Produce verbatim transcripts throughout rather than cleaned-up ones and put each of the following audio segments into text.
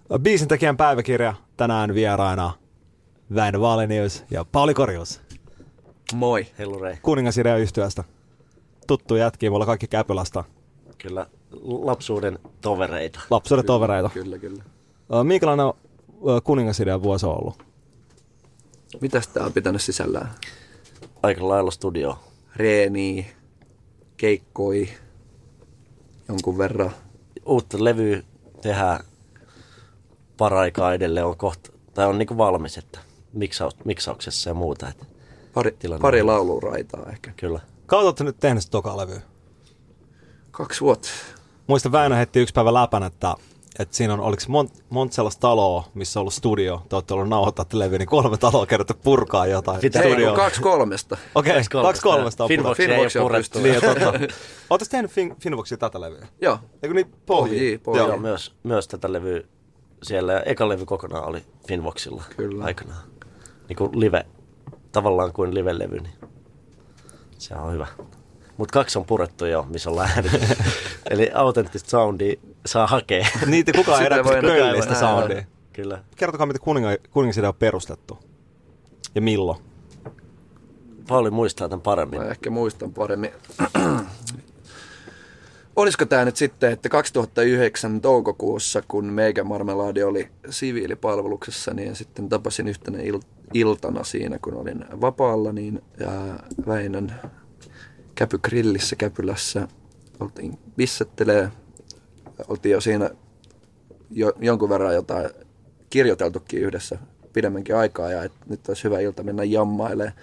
Biisintekijän päiväkirja, tänään vieraina Väinö Valenius ja Pauli Korjus. Moi. Hellurei. Kuningasidea yhtyöstä. Tuttu jätkiä, me ollaan kaikki Käpylästä. Kyllä, lapsuuden tovereita. Lapsuuden kyllä, tovereita. Kyllä, kyllä. Minkälainen on Kuningasidea vuosi ollut? Mitäs tää on pitänyt sisällään? Aika lailla studio. Reeniä, keikkoi, jonkun verran. Uutta levyä tehdään paraikaa edelleen on kohta, tai on niinku valmis, että miksaus, miksauksessa ja muuta. Että pari pari lauluraitaa ehkä. Kyllä. Kauan olette nyt tehnyt sitä toka levyä? Kaksi vuotta. Muistan Väinö heitti yksi päivä läpän, että, että siinä on, oliko monta mont sellaista taloa, missä on ollut studio, te olette ollut nauhoittaa levyä, niin kolme taloa kerrotte purkaa jotain studioa. Kaksi kolmesta. Okei, okay, kaksi kolmesta on Finvox ei ole purettu. Niin, totta. Oletteko tehnyt fin, Finvoxia tätä levyä? Joo. Eikö niin pohjia? Pohjia. Joo, myös, myös tätä levyä siellä. Ja eka levy kokonaan oli Finvoxilla Kyllä. aikanaan. Niin kuin live, tavallaan kuin live-levy, niin se on hyvä. Mutta kaksi on purettu jo, missä on äänet. Eli autenttista soundia saa hakea. Niitä kukaan ei edä köllistä soundia. Kyllä. Kertokaa, miten kuninga- Kuningasidea on perustettu ja milloin? Pauli muistaa tämän paremmin. Mä ehkä muistan paremmin. Olisiko tämä nyt sitten, että kaksituhattayhdeksän toukokuussa, kun Meikä Marmeladi oli siviilipalveluksessa, niin sitten tapasin yhtenä il- iltana siinä, kun olin vapaalla, niin ja Väinön Käpygrillissä Käpylässä oltiin bissettelee. Oltiin jo siinä jo, jonkun verran jotain kirjoiteltukin yhdessä pidemmänkin aikaa, ja että nyt olisi hyvä ilta mennä jammailemaan.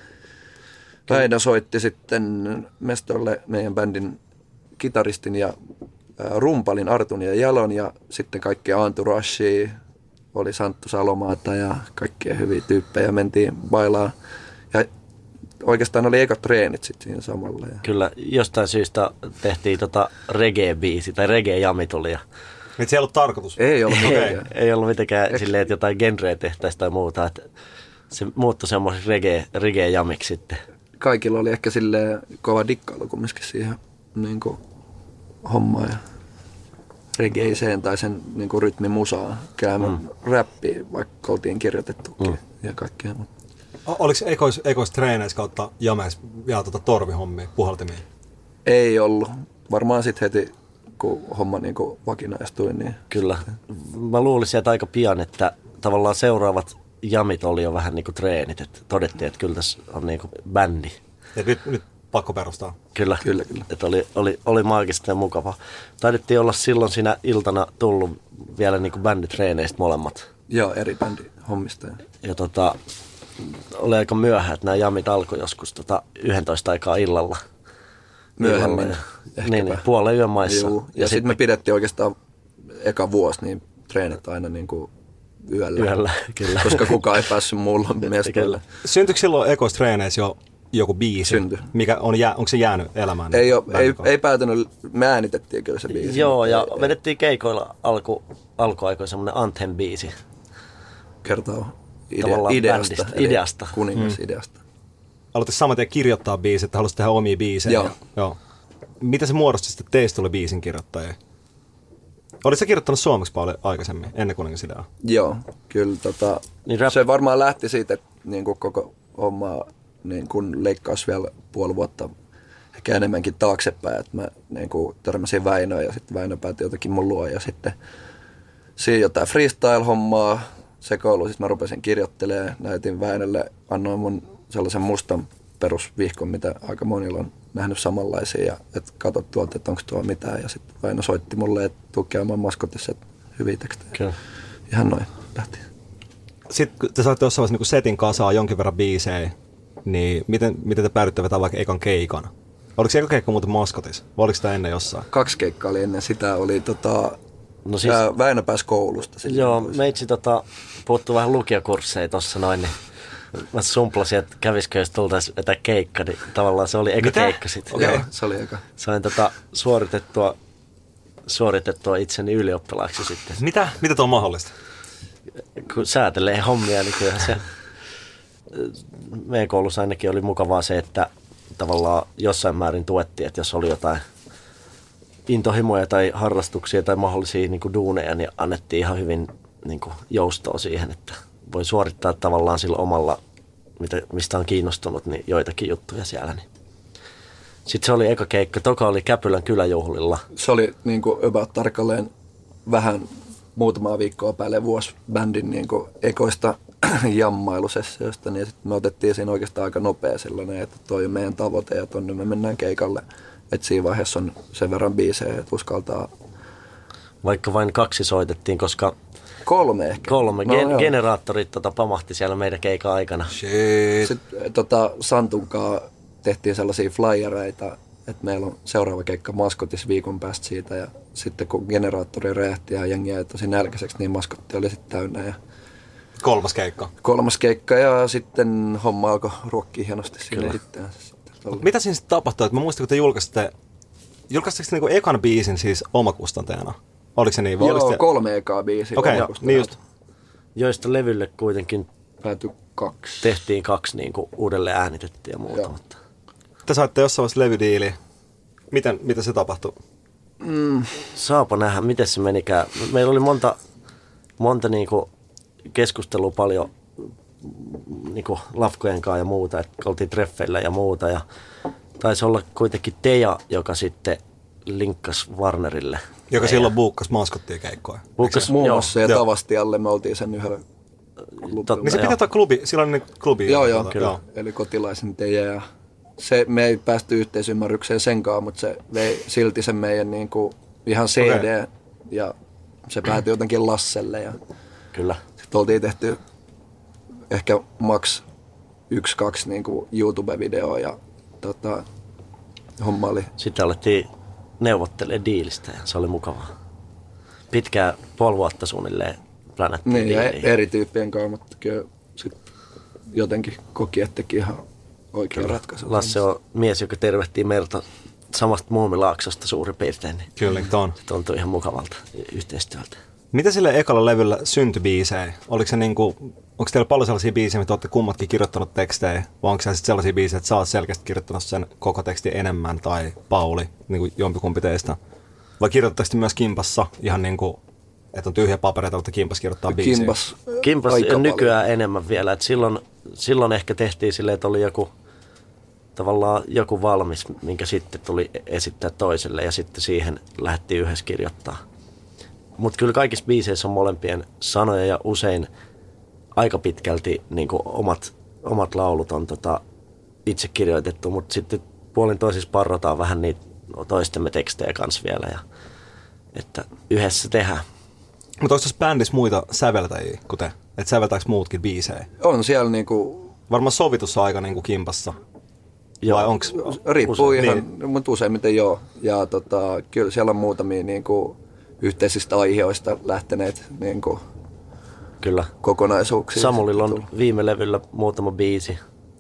Väinö soitti sitten mestolle meidän bändin kitaristin ja rumpalin Artun ja Jalon, ja sitten kaikkia entouragea, oli Santtu Salomaata ja kaikkia hyviä tyyppejä, mentiin bailaa. Ja oikeastaan oli ekat treenit sitten siinä samalla. Ja Kyllä, jostain syystä tehtiin tota reggae-biisi, tai reggae-jami tuli. Ja Nyt se ei ollut tarkoitus. ei ollut ei, mikään. ei ollut mitenkään silleen, että jotain genreä tehtäisiin tai muuta. Että se muuttui semmoiseksi reggae, reggae-jamiksi sitten. Kaikilla oli ehkä silleen kova dikkailu kumminkin siihen niin kuin hommaan ja reggaeiseen tai sen niin kuin rytmimusaan. Käämän mm. räppiä, vaikka oltiin kirjoitettukin mm. ja kaikkea. Oliko ekois, ekois treeneissä kautta jameissa vielä tuota torvihommia, puhaltimia? Ei ollut. Varmaan sitten heti, kun homma niin kuin vakinaistui. Niin Kyllä. Mä luulisin, että aika pian, että tavallaan seuraavat jamit oli jo vähän niin kuin treenit. Että todettiin, että kyllä tässä on niin kuin bändi. Ja nyt, nyt pakko perustaa. Kyllä, Kyllä, kyllä. Että oli, oli, oli maagista ja mukavaa. Taidettiin olla silloin siinä iltana tullut vielä niin kuin bänditreeneistä molemmat. Joo, eri bändi hommista. Ja tota, oli aika myöhään, että nämä jamit alkoi joskus tota yksitoista aikaa illalla. Myöhemmin. Illalla. Niin, niin, puolen yön maissa. Juu. Ja, ja sitten me pidettiin oikeastaan eka vuosi niin treenit aina niin kuin yöllä. Yöllä, kyllä. Koska kukaan ei päässyt mulla mestoille. Syntyykö silloin ekois treeneissä jo joku biisi? Synty. Mikä on jää, onko se jäänyt elämään? Ei, ole, ei, ei päätynyt, me äänitettiin kyllä se biisi. Joo, ja ei, vedettiin keikoilla alku, alkuaikoin semmoinen Anthem-biisi. Kertoo idea, Tavallaan ideasta, bändistä, eli ideasta. kuningasideasta. Aloitte saman tien kirjoittaa biisit, että haluaisit tehdä omia biisejä. Joo. Joo. Mitä se muodostui sitten teistä tuli biisin kirjoittajia? Olit sä kirjoittanut suomeksi paljon aikaisemmin, ennen Kuningasideaa? Joo, kyllä tota, Niin rap- se varmaan lähti siitä, että niin kuin koko homma niin kuin leikkasi vielä puoli vuotta ehkä enemmänkin taaksepäin, että mä niin kuin törmäsin Väinöön ja sitten Väinö päätti jotenkin mun luo ja sitten siinä jotain freestyle-hommaa sekoilu, sitten mä rupesin kirjoittelemaan, näytin Väinölle, annoin mun sellaisen mustan perusvihkon, mitä aika monilla on nähnyt samanlaisia ja että katso tuolta, että onko tuolla mitään ja sitten Väinö soitti mulle, että tuu käymään maskotissa, että hyviä tekstejä. Kyllä. Ihan noin lähti. Sitten kun te saitte jossain vaiheessa niin setin kasaan jonkin verran biisejä, niin miten, miten te päädytte vetämään vaikka ekan keikan? Oliko se eka keikka muuten maskotissa? Vai oliko sitä ennen jossain? Kaksi keikkaa oli ennen sitä, oli tota, No siis, ää, Väinö pääsi koulusta. joo, pois. meitsi tota, puuttuu vähän lukiokursseja tossa noin, niin mä sumplasin, että kävisikö jos tultaisiin vetää keikka, niin tavallaan se oli eka Mitä? keikka sitten. Okay. Joo, se oli eka. Sain tota suoritettua, suoritettua itseni ylioppilaaksi sitten. Mitä? Mitä tuo on mahdollista? Kun säätelee hommia, niin kyllähän se meidän koulussa ainakin oli mukavaa se, että tavallaan jossain määrin tuettiin, että jos oli jotain intohimoja tai harrastuksia tai mahdollisia niin kuin duuneja, niin annettiin ihan hyvin niin kuin joustoa siihen, että voi suorittaa tavallaan sillä omalla, mitä, mistä on kiinnostunut, niin joitakin juttuja siellä. Niin. Sitten se oli eka keikka. Toka oli Käpylän kyläjuhlilla. Se oli niin kuin about tarkalleen vähän muutamaa viikkoa päälle vuosi bändin niin kuin ekoista jammailusessioista, niin sitten me otettiin siinä oikeastaan aika nopea sellainen, että toi on meidän tavoite ja tonne me mennään keikalle. Että siinä vaiheessa on sen verran biisejä, että uskaltaa. Vaikka vain kaksi soitettiin, koska kolme ehkä. Kolme. No, Gen- joo. generaattorit tota, pamahti siellä meidän keikan aikana. Shit. Sitten tota, Santunkaan tehtiin sellaisia flyereita, että meillä on seuraava keikka Maskotissa viikon päästä siitä. Ja sitten kun generaattori räjähti ja jengi jäi tosi nälkäiseksi, niin Maskotti oli sitten täynnä. Ja Kolmas keikka. kolmas keikka ja sitten homma alkoi ruokkia hienosti siinä itseänsä. Mut mitä siinä sitten tapahtui? Et mä muistin, kun te julkaisitte, julkaisitteko te niinku ekan biisin siis omakustanteena? Oliko se niin? Vai Joo, oliko te... kolme ekaa biisiä. Okei, okay, niin just. Joista levylle kuitenkin Päätyi kaksi. tehtiin kaksi niin kuin uudelleen äänitettiin ja muuta. Joo. Mutta Te saitte jossain vaiheessa levydiili. Miten, miten se tapahtui? Mm. Saapa nähdä, miten se menikään. Meillä oli monta, monta niin kuin keskustelua paljon niin kuin lafkojen kanssa ja muuta, että oltiin treffeillä ja muuta. Ja taisi olla kuitenkin Teja, joka sitten linkkasi Warnerille. Joka meidän- silloin buukkasi Maskottia keikkoja. Buukkas, Muun joo, muassa ja Joo. Tavastialle me oltiin sen yhdellä Totta. klubilla. Niin se Joo. pitää olla klubi, silloin ne klubi. Joo, joo, Tota, kyllä. Eli kotilaisen teijä. Ja se, me ei päästy yhteisymmärrykseen senkaan, mutta se vei silti sen meidän niin kuin ihan C D Okei. ja se päätyi jotenkin Lasselle. Ja Kyllä. sitten oltiin tehty ehkä maks yksi, kaksi niin kuin YouTube-videoa ja tota, homma oli. Sitten alettiin neuvottelemaan diilistä ja se oli mukavaa. Pitkää puoli vuotta suunnilleen plänättiin Niin, ja diiliin. eri tyyppien kanssa, mutta kyllä sit jotenkin koki, että teki ihan oikea ratkaisu. Lasse on mies, joka tervehtii Merta samasta Muumilaaksosta suurin piirtein. Niin Kyllä, ton. se tuntui ihan mukavalta yhteistyöltä. Mitä sille ekalla levyllä syntyi biisejä? Oliko se niinku, onko teillä paljon sellaisia biisejä, mitä olette kummatkin kirjoittanut tekstejä? Vai onko se sitten sellaisia biisejä, että sä oot selkeästi kirjoittanut sen koko tekstin enemmän tai Pauli, niin kuin jompikumpi teistä? Vai kirjoitatteko te myös kimpassa ihan niin kuin, että on tyhjä papereita, mutta kimpas kirjoittaa biisiä? Kimpas, Kimpas aika nykyään paljon. enemmän vielä. Et silloin, silloin ehkä tehtiin silleen, että oli joku, tavallaan joku valmis, minkä sitten tuli esittää toiselle ja sitten siihen lähdettiin yhdessä kirjoittaa. Mutta kyllä kaikissa biiseissä on molempien sanoja ja usein aika pitkälti niin kuin omat, omat laulut on tota, itse kirjoitettu, mutta sitten puolin toisissa parrotaan vähän niitä toistemme tekstejä kanssa vielä. Ja, että yhdessä tehdään. Mutta onko tässä bändissä muita säveltäjiä kuin te? Että säveltääkö muutkin biisejä? On siellä niinku, Varmaan sovitus on aika niin kuin kimpassa. Joo. Vai onks, riippuu Usein, ihan, niin. mutta useimmiten joo. Ja tota, kyllä siellä on muutamia niinku, yhteisistä aiheista lähteneet niinku, Kyllä. kokonaisuuksia. Samulilla on tullut. viime levyllä muutama biisi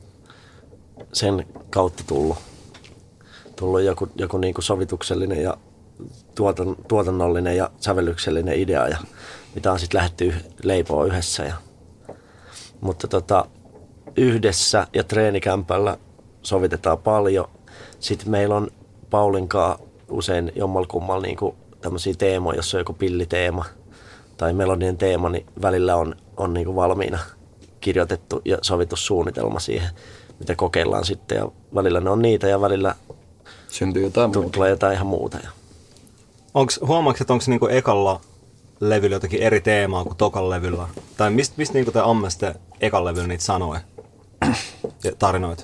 sen kautta tullut. Tullut joku, joku niin kuin sovituksellinen ja tuotan, tuotannollinen ja sävellyksellinen idea, ja mitä on sitten lähdetty leipoa yhdessä. Ja, mutta tota, yhdessä ja treenikämpällä sovitetaan paljon. Sitten meillä on Paulinkaan usein jommalkummalla niin kuin tämmöisiä teemoja, jos on joku pilliteema tai melodinen teema, niin välillä on, on niin kuin valmiina kirjoitettu ja sovittu suunnitelma siihen, mitä kokeillaan sitten. Ja välillä ne on niitä ja välillä Syntyy jotain muuta. tulee jotain ihan muuta. onks, huomaatko, että onko niinku ekalla levyllä jotakin eri teemaa kuin tokalla levyllä? Tai mistä mist niinku te ammasitte ekalla levyllä niitä sanoja ja tarinoita?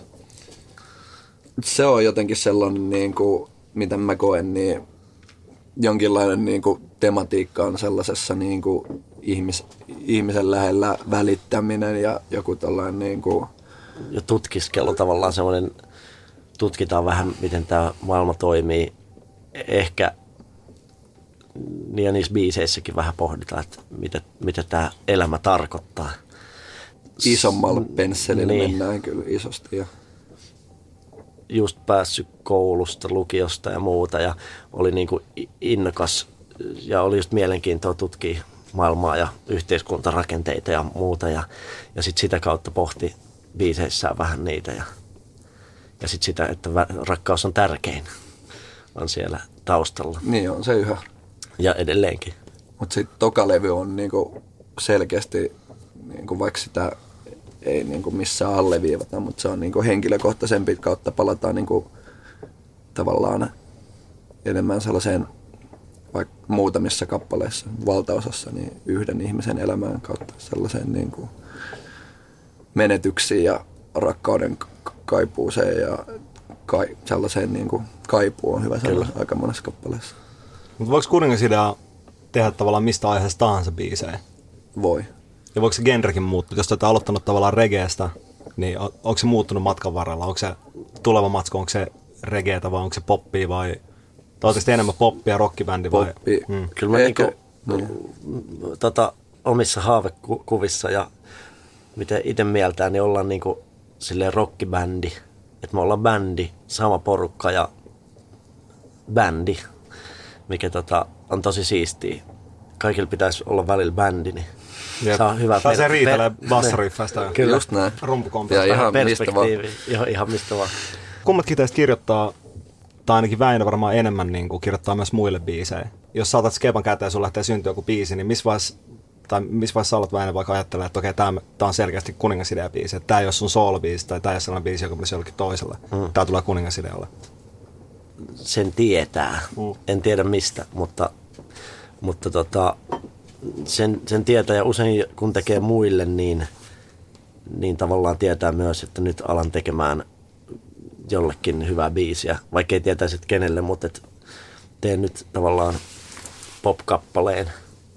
Se on jotenkin sellainen, niin kuin, mitä mä koen, niin jonkinlainen niin kuin, tematiikka on sellaisessa niin kuin, ihmis, ihmisen lähellä välittäminen ja joku tällainen niin kuin, Ja tutkiskelu tavallaan semmoinen, tutkitaan vähän, miten tämä maailma toimii. Ehkä ja niissä biiseissäkin vähän pohditaan, että mitä, mitä tämä elämä tarkoittaa. isommalla pensselillä Niin. mennään kyllä isosti. Ja Just päässyt koulusta, lukiosta ja muuta ja oli niin kuin innokas ja oli just mielenkiintoa tutkia maailmaa ja yhteiskuntarakenteita ja muuta ja, ja sitten sitä kautta pohti biiseissään vähän niitä ja, ja sitten sitä, että vä- rakkaus on tärkein on siellä taustalla niin on se yhä. ja edelleenkin. Mutta sitten toka levy on niinku selkeästi, niin kuin vaikka sitä ei niin kuin missään alleviivata, mutta se on niin kuin henkilökohtaisempi kautta palataan niin kuin tavallaan enemmän sellaiseen vaikka muutamissa kappaleissa, valtaosassa, niin yhden ihmisen elämään kautta sellaiseen niin kuin menetyksiin ja rakkauden kaipuuseen ja kai, sellaiseen niin kuin kaipuu on hyvä sanoa aika monessa kappaleessa. Mutta voiko Kuningasidea tehdä tavallaan mistä aiheesta tahansa biisejä? Voi. Ja voiko se genrekin muuttua? Jos olette aloittanut tavallaan regeestä, niin on, onko se muuttunut matkan varrella? Onko se tuleva matsko, onko se regeetä vai onko se poppia vai... Tai oletko enemmän poppia, rockibändi vai... Poppi. Hmm. Kyllä mä Ehkä, niinku, niin. tota, omissa haavekuvissa ja miten itse mieltään, niin ollaan niinku silleen rockibändi. Että me ollaan bändi, sama porukka ja bändi, mikä tota, on tosi siistiä. Kaikilla pitäisi olla välillä bändi, niin Jep. saa hyvä per- se riitelee per- bassariffasta ja Kyllä. Just näin. rumpukompista. Ja ihan mistä vaan. perspektiivi. Ihan, ihan mistä vaan. Kummatkin teistä kirjoittaa, tai ainakin Väinö varmaan enemmän niin kuin kirjoittaa myös muille biisejä. Jos saatat skepan käteen ja sun lähtee syntyä joku biisi, niin missä vaiheessa, tai missä vaiheessa sä alat Väinö vaikka ajattelee, että okei, tämä on selkeästi Kuningasidea-biisi, että tämä ei ole sun soul-biisi tai tämä ei ole sellainen biisi, joka pitäisi jollekin toiselle. Mm. Tämä tulee Kuningasidealle. Sen tietää. Mm. En tiedä mistä, mutta, mutta tota, sen, sen tietää ja usein kun tekee muille, niin, niin tavallaan tietää myös, että nyt alan tekemään jollekin hyvää biisiä, vaikka ei tietäisi, että kenelle, mutta et teen nyt tavallaan pop-kappaleen.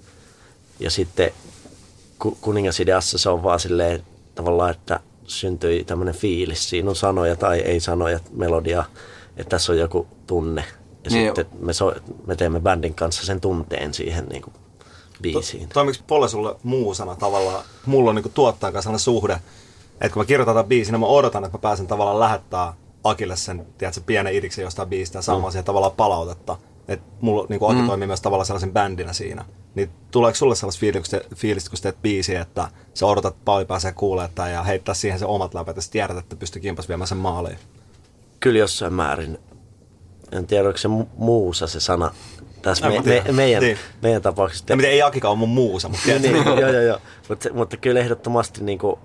Ja sitten Kuningasideassa se on vaan silleen tavallaan, että syntyi tämmöinen fiilis. Siinä on sanoja tai ei sanoja, melodia, että tässä on joku tunne. Ja niin sitten me, so, me teemme bändin kanssa sen tunteen siihen niin kuin biisiin. To, toimiko Polle sulle muusana tavallaan? Mulla on niin kuin tuottajan kanssa sellainen suhde, että kun mä kirjoitan tämän biisin, niin mä odotan, että mä pääsen tavallaan lähettää Akille sen, tiedätkö, pienen idiksen jostain biisistä ja saamaan mm. siihen tavallaan palautetta. Että mulla niin kuin Aki mm. toimii myös tavallaan sellaisen bändinä siinä. Niin tuleeko sulle sellaista fiilistä, kun sä teet biisiä, että sä odotat, että Pauli pääsee kuulemaan tämän ja heittää siihen se omat läpät ja sitten tiedät, että pystyy kimpas viemään sen maaliin? Kyllä jossain määrin. En tiedä, onko se mu- muusa se sana tässä me, me, meidän, niin. meidän tapauksessa. Ja miten ei Akikaan ole mun muusa, mutta niin, niin, joo, joo, joo. Mutta, mutta kyllä ehdottomasti niin kuin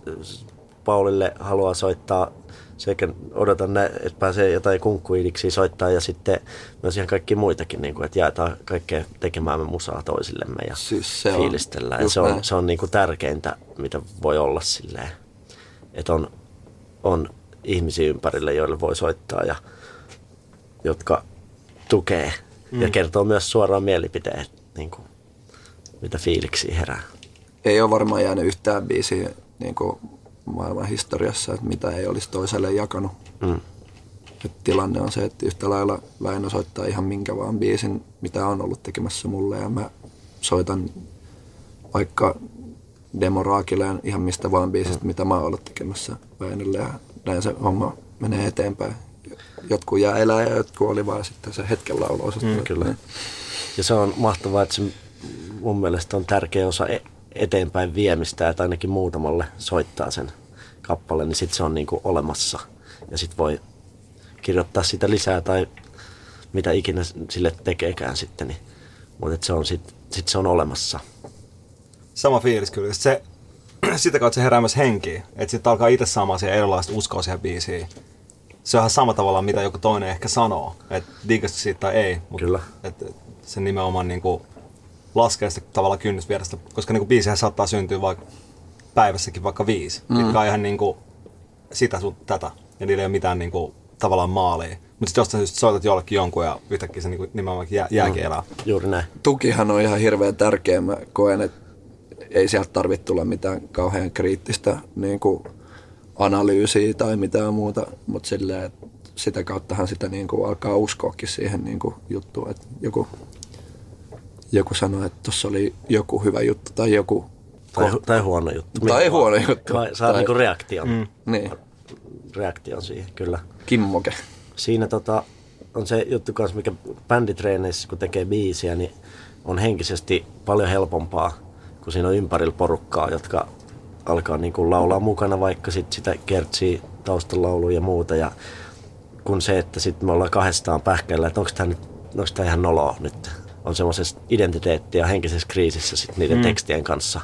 Paulille haluaa soittaa sekä odotan, että pääsee jotain kunkkuidiksiä soittaa ja sitten myös ihan kaikki muitakin, niin kuin, että jaetaan kaikkea tekemäämme musaa toisillemme ja siis se fiilistellään. Se on, se on niin kuin tärkeintä, mitä voi olla silleen, että on, on ihmisiä ympärille, joille voi soittaa ja jotka tukee mm. ja kertoo myös suoraan mielipiteet, niin kuin, mitä fiiliksiä herää. Ei ole varmaan jäänyt yhtään biisiä niin kuin maailman historiassa, että mitä ei olisi toiselle jakanut. Mm. Et tilanne on se, että yhtä lailla Väinö soittaa ihan minkä vaan biisin, mitä on ollut tekemässä mulle, ja mä soitan vaikka Demoraakille ihan mistä vaan biisistä, mm. mitä mä oon ollut tekemässä Väinölle, ja näin se homma menee eteenpäin. Jotkut jää elää ja jotkut oli vaan sitten se hetken lauluosasto. Mm, kyllä. Ja se on mahtavaa, että se mun mielestä on tärkeä osa eteenpäin viemistä, että ainakin muutamalle soittaa sen kappaleen, niin sitten se on niinku olemassa. Ja sitten voi kirjoittaa sitä lisää tai mitä ikinä sille tekeekään sitten. Niin. Mutta se on sitten sit se on olemassa. Sama fiilis kyllä. Se, sitä kautta se herää myös henkiin. Että sitten alkaa itse saamaan siihen erilaista uskoa siihen biisiin. Se on ihan sama tavalla, mitä joku toinen ehkä sanoo. Että digasti siitä tai ei. Mutta kyllä. Että se nimenomaan niinku laskee sitä tavallaan kynnysvierestä, koska niinku biisihän saattaa syntyä vaikka päivässäkin vaikka viisi. Mm. Mitkä on ihan niinku sitä sun tätä. Ja niillä ei ole mitään niinku tavallaan maalia. Mutta sitten jos sä soitat jollekin jonkun ja yhtäkkiä se niinku nimenomaan jää, jääkin elää. Mm. Juuri näin. Tukihan on ihan hirveän tärkeä. Mä koen, että ei sieltä tarvitse tulla mitään kauhean kriittistä niinku analyysiä tai mitään muuta. Mutta silleen, että sitä kauttahan sitä niinku alkaa uskoakin siihen niinku juttuun, että joku Joku sanoi, että tuossa oli joku hyvä juttu tai joku... Tai, ko- tai huono juttu. Tai huono juttu. Vai, saa tai... niinku reaktion. Mm. Niin. Reaktion siihen, kyllä. Kimmoke. Siinä tota, on se juttu kanssa, mikä bänditreeneissä, kun tekee biisiä, niin on henkisesti paljon helpompaa, kun siinä on ympärillä porukkaa, jotka alkaa niinku laulaa mukana, vaikka sit sitä kertsii taustalauluja ja muuta. Ja kun se, että sitten me ollaan kahdestaan pähkäillä, että onko tämä nyt onko tämä ihan noloa nyt. on semmoisessa identiteetti- ja henkisessä kriisissä sit niiden mm. tekstien kanssa,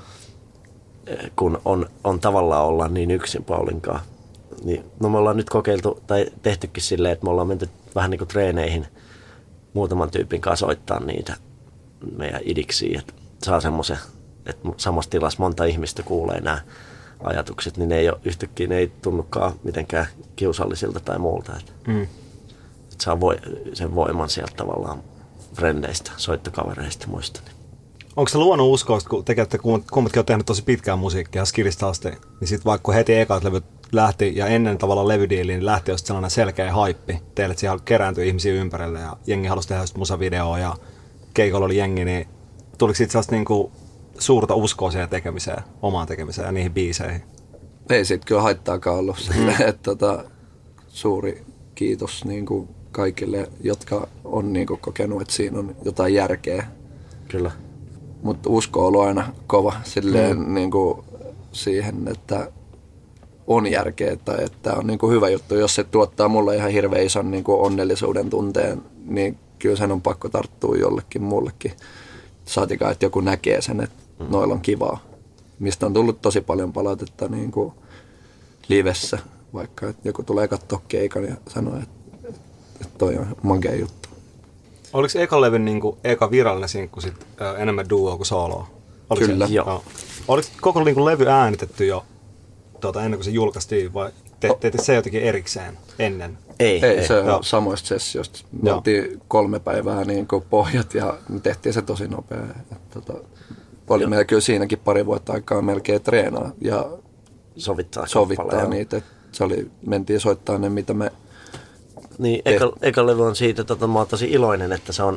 kun on, on tavallaan olla niin yksin Paulinkaan. Niin, no me ollaan nyt kokeiltu tai tehtykin silleen, että me ollaan menty vähän niin kuin treeneihin muutaman tyypin kanssa soittaa niitä meidän idiksiä, että saa semmoisen, että samassa tilassa monta ihmistä kuulee nämä ajatukset, niin ne ei ole yhtäkkiä, ne ei tunnukaan mitenkään kiusallisilta tai muulta. Että, mm. että saa voi, sen voiman sieltä tavallaan frendeistä, soittokavereista muista. Onko se luonut uskoa, kun te kummatkin on tehnyt tosi pitkään musiikkia skillistä asti, niin sitten vaikka heti ekat levyt lähti ja ennen tavallaan levydiiliin niin lähti just sellainen selkeä haippi teille, että siellä kerääntyi ihmisiä ympärille ja jengi halusi tehdä just musavideoa ja keikolla oli jengi, niin tuliko siitä sellaista niinku suurta uskoa siihen tekemiseen, omaan tekemiseen ja niihin biiseihin? Ei siitä kyllä haittaakaan ollut sille, että tota, suuri kiitos niin kuin kaikille, jotka on niin kuin kokenut, että siinä on jotain järkeä. Kyllä. Mutta usko on ollut aina kova silleen, mm. niin kuin siihen, että on järkeä tai että on niin kuin hyvä juttu. Jos se tuottaa mulle ihan hirveän ison niin kuin onnellisuuden tunteen, niin kyllä sen on pakko tarttua jollekin muullekin. Saatikaan, että joku näkee sen, että mm. noilla on kivaa. Mistä on tullut tosi paljon palautetta niin kuin livessä, vaikka että joku tulee katsoa keikan ja sanoo, että, että toi on magea juttu. Oliko ekan levyn niin kuin, eka virallinen sinkku sit, äh, enemmän duoa kuin soloa? Oliko Kyllä. Se, joo. Oliko koko niin kuin, levy äänitetty jo tuota, ennen kuin se julkaistiin vai te, teette se jotenkin erikseen ennen? Ei, ei, ei. Se on samoista sessioista. Me joo. oltiin kolme päivää niin kuin pohjat ja me tehtiin se tosi nopea. Tota, oli meillä kyllä siinäkin pari vuotta aikaa melkein treenaa ja sovittaa, sovittaa niitä. Se oli, mentiin soittaa ne, mitä me Niin, eka, eka levy on siitä, että mä oon tosi iloinen, että se on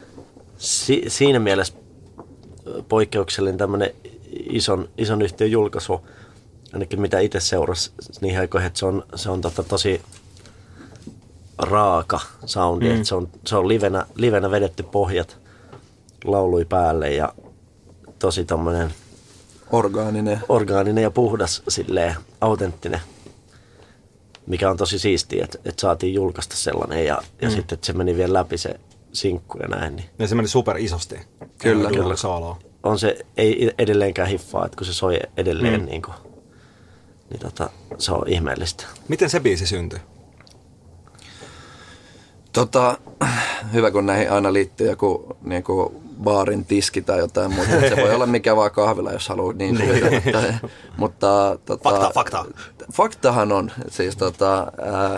si, siinä mielessä poikkeuksellinen tämmöinen ison, ison yhtiön julkaisu, ainakin mitä itse seurasi niihin aikoihin, että se on, se on tota, tosi raaka soundi, mm. että se on, se on livenä, livenä vedetty pohjat laului päälle ja tosi tommoinen orgaaninen, orgaaninen ja puhdas, silleen autenttinen. Mikä on tosi siistiä, että, että saatiin julkaista sellainen ja, ja mm. sitten, että se meni vielä läpi se sinkku ja näin. Niin. Ja se meni super isosti. Kyllä. Kyllä. Sooloa. On se, ei edelleenkään hiffaa, että kun se soi edelleen, mm. niin, kuin, niin tota, se on ihmeellistä. Miten se biisi syntyi? Tota, hyvä, kun näihin aina liittyy joku niin kuin baarin tiski tai jotain muuta. Se voi olla mikä vaan kahvila, jos haluaa niin syödä. Mutta tota, fakta, fakta. Faktahan on, siis tota, ää,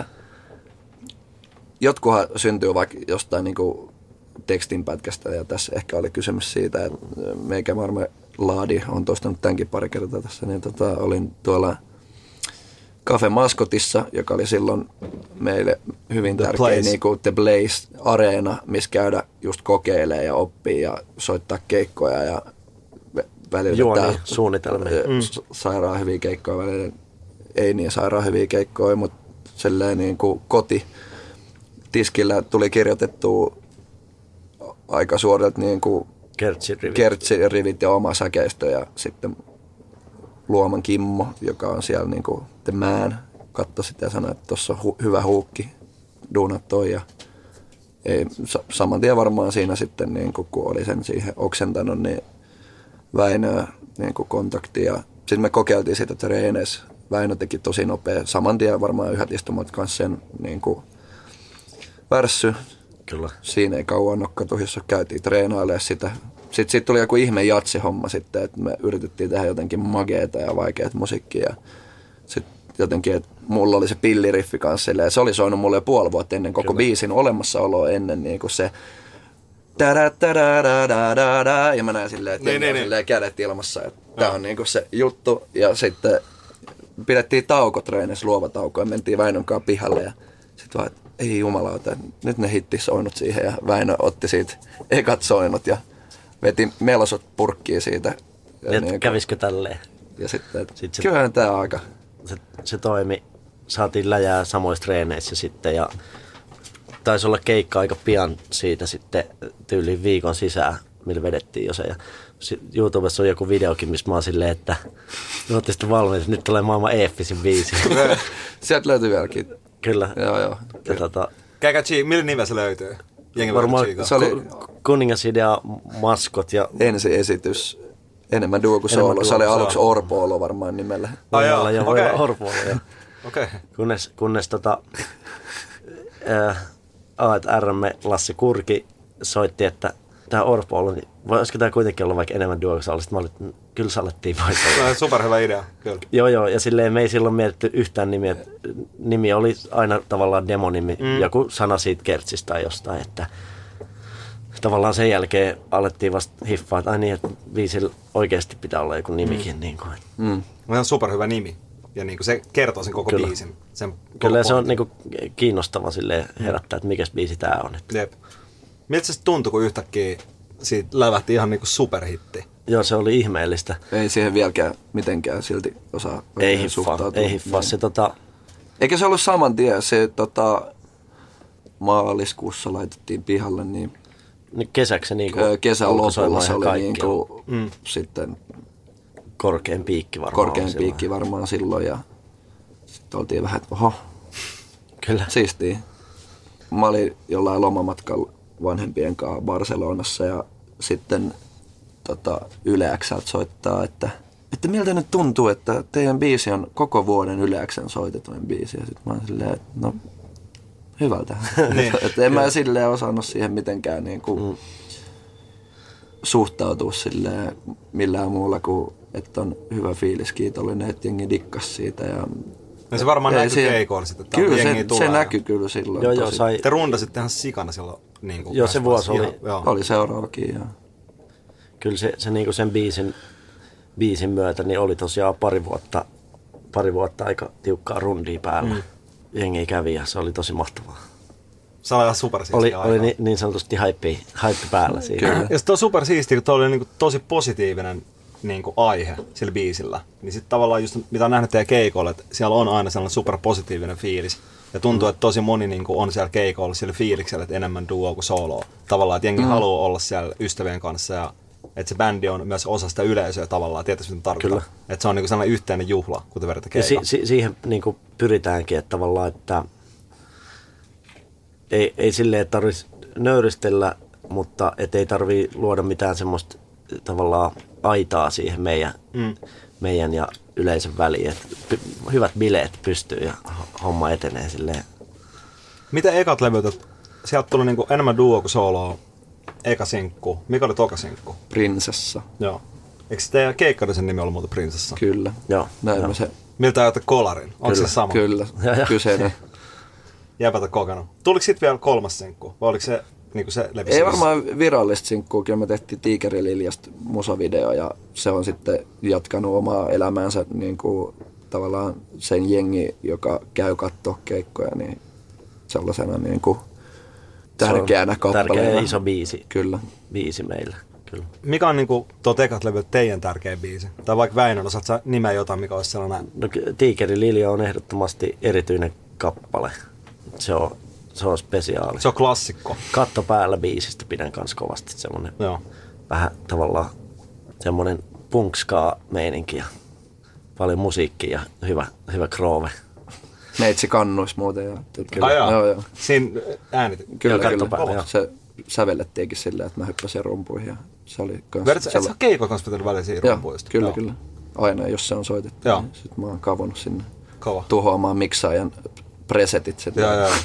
jotkuhan syntyy vaikka jostain niin kuin tekstinpätkästä ja tässä ehkä oli kysymys siitä, että meikä Marmeladi on toistanut tämänkin pari kertaa tässä, niin tota, olin tuolla Cafe Maskotissa, joka oli silloin meille hyvin The tärkeä niin kuin The Blaze-areena, missä käydä just kokeilee ja oppii ja soittaa keikkoja ja välillä Juoni, suunnitelmia. Mm. Sairaan hyviä keikkoja, välillä ei niin sairaan hyviä keikkoja, mutta silleen niin kuin koti tiskillä tuli kirjoitettua aika suorilta niin kuin kertsirivit. kertsirivit ja oma säkeistö ja sitten Luoman Kimmo, joka on siellä niin kuin The Man, katsoi sitä ja sanoi, että tuossa on hu- hyvä huukki, duunat toi ja ei, sa- saman tien varmaan siinä sitten, niin kuin, kun oli sen siihen oksentanut, niin Väinöä niin kuin kontakti ja sitten me kokeiltiin sitä treeneissä. Väinö teki tosi nopea, saman tien varmaan yhdet istumat kanssa sen niin kuin värssy. Kyllä. Siinä ei kauan nokkatu, jossa käytiin treenailemaan sitä. Sitten siitä tuli joku ihme jatsihomma sitten, että me yritettiin tehdä jotenkin mageeta ja vaikeat musiikkia. Sitten jotenkin, että mulla oli se pilliriffi kanssa ja se oli soinut mulle jo puoli vuotta ennen koko Kyllä. biisin olemassaoloa ennen niin kuin se da-da-da-da-da-da-da, ja mä näin silleen, että niin, niin, silleen kädet ilmassa, että no. Tää on niinku se juttu. Ja sitten pidettiin taukotreeneissä, luova tauko, ja mentiin Väinön kanssa pihalle, ja sitten vaan, että ei jumalauta, nyt ne hittisoinut siihen, ja Väinö otti siitä ekat soinut, ja veti melosot purkkiin siitä. Ja niin, kävisikö tälleen? Ja sitten, että sitten kyllähän tää aika. Se, se toimi, saatiin läjää samoissa treeneissä sitten, ja taisi olla keikka aika pian siitä sitten tyyliin viikon sisään, millä vedettiin jo se. Ja YouTubessa on joku videokin, missä mä oon silleen, että me ootte sitten valmiita, nyt tulee maailman eeppisin biisi. Sieltä löytyy vieläkin. Kyllä. Joo, joo. Ja tota, Käykää G, millä nimellä se löytyy? Jengi varmaan Chico. Se oli kuningasidea, maskot ja ensiesitys. Enemmän duo kuin Enemmän soolo. Se duo oli kuin aluksi soolo. Orpoolo varmaan nimellä. Ai joo, Voi olla ja okei. voi olla Orpoolo. ja- Okei. Okay. Kunnes, kunnes tota, ää, A et R M Lassi Kurki soitti, että tämä Orpoolo, niin voisiko tämä kuitenkin olla vaikka enemmän duo kuin soolo? Sitten mä olin, että kyllä salettiin pois. Superhyvä idea, kyllä. Joo, joo, ja silleen me ei silloin mietitty yhtään nimiä. että Nimi oli aina tavallaan demonimi, mm. joku sana siitä kertsistä tai jostain, että tavallaan sen jälkeen alettiin vasta hiffaa, että ai niin, että biisillä oikeasti pitää olla joku nimikin. Mm. Niin kuin. Mm. On superhyvä nimi. Ja niin kuin se kertoo sen koko Kyllä. biisin. Sen Kyllä koko se on pointin. niin kuin kiinnostava silleen herättää, että mikäs biisi tämä on. Että. Jep. Miltä se tuntui, kun yhtäkkiä siitä lävähti ihan niin kuin superhitti? Joo, se oli ihmeellistä. Ei siihen vieläkään mitenkään silti osaa Ei oikein hiffaa, suhtautua. ei hiffaa. Se, tota, Eikä se ollut saman tien. Se tota, maaliskuussa laitettiin pihalle, niin niin kesäksi se niin ö, kesän alkoi lopulla soimaan se ihan oli niin kaikkialla. kuin, Mm. sitten Korkein piikki varmaan. korkein oli silloin. piikki varmaan silloin. Ja sitten oltiin vähän, että oho, Kyllä. siistiä. Mä olin jollain lomamatkalla vanhempien kanssa Barcelonassa ja sitten tota, Yle X:ltä soittaa, että, että miltä nyt tuntuu, että teidän biisi on koko vuoden Yle X:n soitetuin biisi. Ja sitten mä oon silleen, että no hyvältä. Niin, että en mä silleen osannut siihen mitenkään niin kuin mm. suhtautua silleen millään muulla kuin, että on hyvä fiilis, kiitollinen, että jengi dikkas siitä. Ja Ja se varmaan ei näkyy siihen- keikoilla sitten, että Kyllä jengi se, tulee. se näkyy kyllä silloin. Joo, joo, tosi. sai, Te rundasitte ihan sikana silloin. Niin kuin Joo, se vuosi ihan- oli- Joo. Oli seuraavakin. Ja kyllä se, se niinku sen biisin, biisin myötä niin oli tosiaan pari vuotta, pari vuotta aika tiukkaa rundia päällä. Mm. Jengi kävi ja se oli tosi mahtavaa. Se oli ihan supersiistiä Oli, aikaa. oli niin, niin sanotusti hype, hype päällä siinä. Kyllä. Ja sitten on supersiistiä, kun tuo oli niinku tosi positiivinen niinku aihe sillä biisillä. Niin sitten tavallaan just mitä on nähnyt teidän keikoilla, että siellä on aina sellainen superpositiivinen fiilis. Ja tuntuu, että tosi moni niinku on siellä keikoilla sillä fiiliksellä, että enemmän duo kuin soloa. Tavallaan, että jengi mm. haluaa olla siellä ystävien kanssa ja että se bändi on myös osa sitä yleisöä tavallaan, tietysti mitä tarkoittaa. Kyllä. Että se on niinku sellainen yhteinen juhla, kun te vedätte Ja si, keikan. si, siihen niinku pyritäänkin, että tavallaan, että ei, ei silleen tarvitsisi nöyristellä, mutta et ei tarvii luoda mitään semmoista tavallaan aitaa siihen meidän, Mm. meidän ja yleisön väliin. Et py, hyvät bileet pystyy ja homma etenee silleen. Miten ekat levyt, sieltä tuli niinku enemmän duo kuin soloa, eka sinkku. Mikä oli toka sinkku? Prinsessa, Joo. Eikö se teidän keikkarisen nimi ollut muuta Prinsessa? kyllä. Joo, Näin joo. mä se, Miltä ajatte kolarin? Onko Kyllä, se sama? kyllä, Ja, ja. kyseinen. Jäpätä kokenut. Tuliko sitten vielä kolmas sinkku? Vai oliko se niinku se levy? Ei varmaan virallista sinkkuu, kyllä me tehtiin Tiikeri-Liljasta musavideo ja se on sitten jatkanut omaa elämäänsä niin kuin tavallaan sen jengi, joka käy kattoo keikkoja, niin sellaisena niin kuin tärkeänä Se on tärkeä kappaleena. ja iso biisi, Kyllä. biisi meillä. Kyllä. Mikä on niinku tuo ekat levy teidän tärkein biisi? Tai vaikka Väinön, osaat sä nimeä jotain, mikä olisi sellainen... No, Tiikeri Lilja on ehdottomasti erityinen kappale. Se on, se on spesiaali. Se on klassikko. Katto päällä biisistä pidän kanssa kovasti. Semmoinen Joo. vähän tavallaan semmoinen punkskaa meininki ja paljon musiikkia ja hyvä, hyvä kroove. Meitsi kannuis muuten. Ja, Ai jaa. Joo, joo. Siinä äänit. Kyllä, Joo, katto kyllä. päällä, joo. Se sävellettiinkin silleen, että mä hyppäsin rumpuihin ja se oli kans Vedät sä, et sä sella- ole keikoilla kanssa vetänyt välillä siinä Joo, rumpuista? kyllä, Joo. kyllä. Aina, jos se on soitettu, Joo. niin sit mä oon kavonnut sinne Kova. tuhoamaan miksaajan presetit. Sit Joo, joo.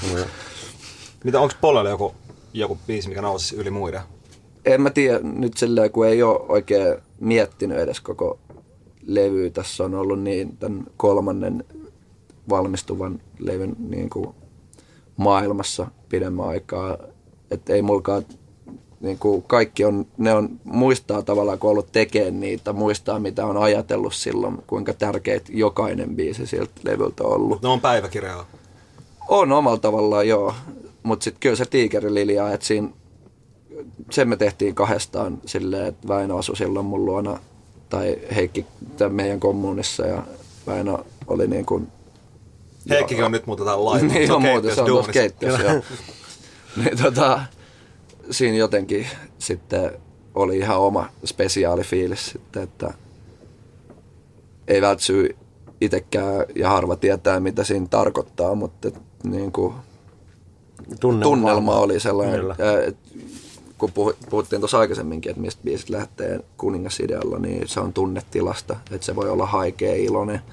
Mitä, onko Polelle joku, joku biisi, mikä nousisi yli muiden? En mä tiedä nyt silleen, kun ei ole oikein miettinyt edes koko levyä. Tässä on ollut niin tämän kolmannen valmistuvan levyn niin kuin maailmassa pidemmän aikaa. Että ei mulkaan, niin kuin kaikki on, ne on muistaa tavallaan, kun on ollut tekemään niitä, muistaa mitä on ajatellut silloin, kuinka tärkeitä jokainen biisi siltä levyltä on ollut. Ne on päiväkirjaa. On omalla tavallaan, joo. Mutta sitten kyllä se Tiikeri-Liljaa, että siinä, sen me tehtiin kahdestaan silleen, että Väinö asui silloin mun luona, tai Heikki tämän meidän kommunissa, ja Väinö oli niin kuin... Heikkikin on nyt muuta täällä lailla. Niin on muuten, se on tuossa duunissa. keittiössä, joo. Niin tota, siinä jotenkin sitten oli ihan oma spesiaalifiilis sitten, että ei vältsy itsekään ja harva tietää, mitä siinä tarkoittaa, mutta et, niin kuin, Tunne tunnelma oli sellainen, Kyllä. että kun puhuttiin tuossa aikaisemminkin, että mistä biisit lähtee Kuningasidealla, niin se on tunnetilasta, että se voi olla haikea, iloinen,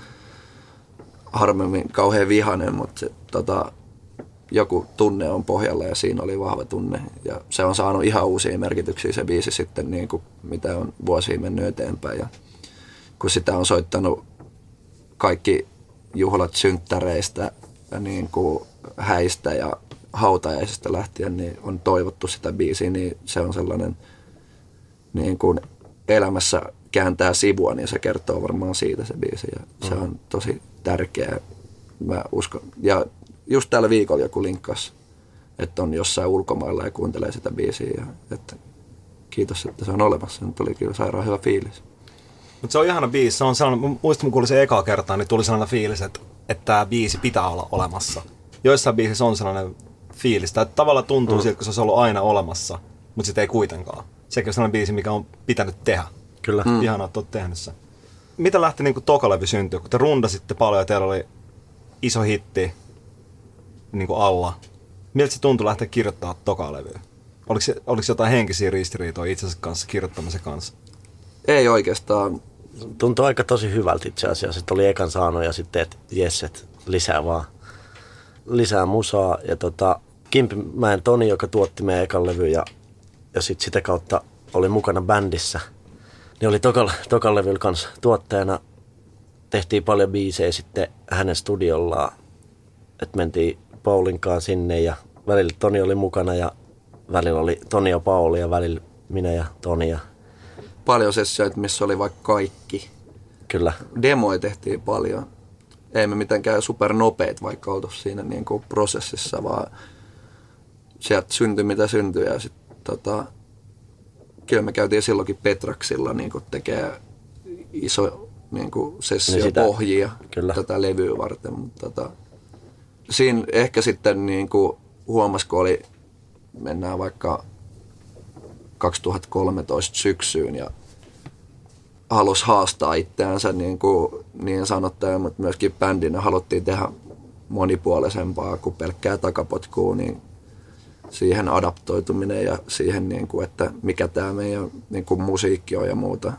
harvemmin kauhean vihainen, mutta se, tota, joku tunne on pohjalla ja siinä oli vahva tunne. Ja se on saanut ihan uusia merkityksiä se biisi sitten, niin kuin mitä on vuosia mennyt eteenpäin. Ja kun sitä on soittanut kaikki juhlat synttäreistä, niin kuin häistä ja hautajaisista lähtien, niin on toivottu sitä biisiä, niin se on sellainen niin kuin elämässä kääntää sivua, niin se kertoo varmaan siitä se biisi. Ja se on tosi tärkeä, mä uskon. Ja just tällä viikolla joku linkkas, että on jossain ulkomailla ja kuuntelee sitä biisiä. Ja, että kiitos, että se on olemassa. Nyt tuli kyllä sairaan hyvä fiilis. Mutta se on ihana biisi. Se on sellainen, muistin, kun kuulin sen ekaa kertaa, niin tuli sellainen fiilis, että, että tämä biisi pitää olla olemassa. Joissain biisissä on sellainen fiilis, että tavallaan tuntuu mm. siltä, kun se olisi ollut aina olemassa, mutta sitten ei kuitenkaan. Sekin on sellainen biisi, mikä on pitänyt tehdä. Kyllä. Mm. Ihanaa, että olet tehnyt sen. Mitä lähti niin kuin tokalevy syntyä? Kun te rundasitte paljon ja teillä oli iso hitti niin kuin alla. Miltä se tuntui lähteä kirjoittamaan tokalevyä? Oliko, se, oliko jotain henkisiä ristiriitoja itsensä kanssa, kirjoittamisen kanssa? Ei oikeastaan. Tuntui aika tosi hyvältä itse asiassa, että oli ekan saanut ja sitten, että jes, että lisää vaan. Lisää musaa. Ja tota, Kimpimäen Toni, joka tuotti meidän ekan levy ja, ja sitten sitä kautta oli mukana bändissä. Niin oli tokan, tokan levyllä kanssa tuottajana. Tehtiin paljon biisejä sitten hänen studiollaan. Että mentiin Paulinkaan sinne ja välillä Toni oli mukana ja välillä oli Toni ja Pauli ja välillä minä ja Toni. Ja paljon sessioita, missä oli vaikka kaikki. Kyllä. Demoja tehtiin paljon. Ei me mitenkään supernopeet vaikka oltu siinä niin kuin prosessissa, vaan sieltä syntyi mitä syntyi. Ja sit, tota, kyllä me käytiin silloinkin Petraksilla niin kuin tekee iso niin kuin sessiopohjia niin tätä levyä varten. Mutta, tota, siinä ehkä sitten niin kuin huomasi, kun oli, mennään vaikka kaksituhattakolmetoista syksyyn ja halusi haastaa itseänsä niin, kuin, niin sanottaja, mutta myöskin bändinä haluttiin tehdä monipuolisempaa kuin pelkkää takapotkua, niin siihen adaptoituminen ja siihen, niin kuin, että mikä tämä meidän niin kuin musiikki on ja muuta.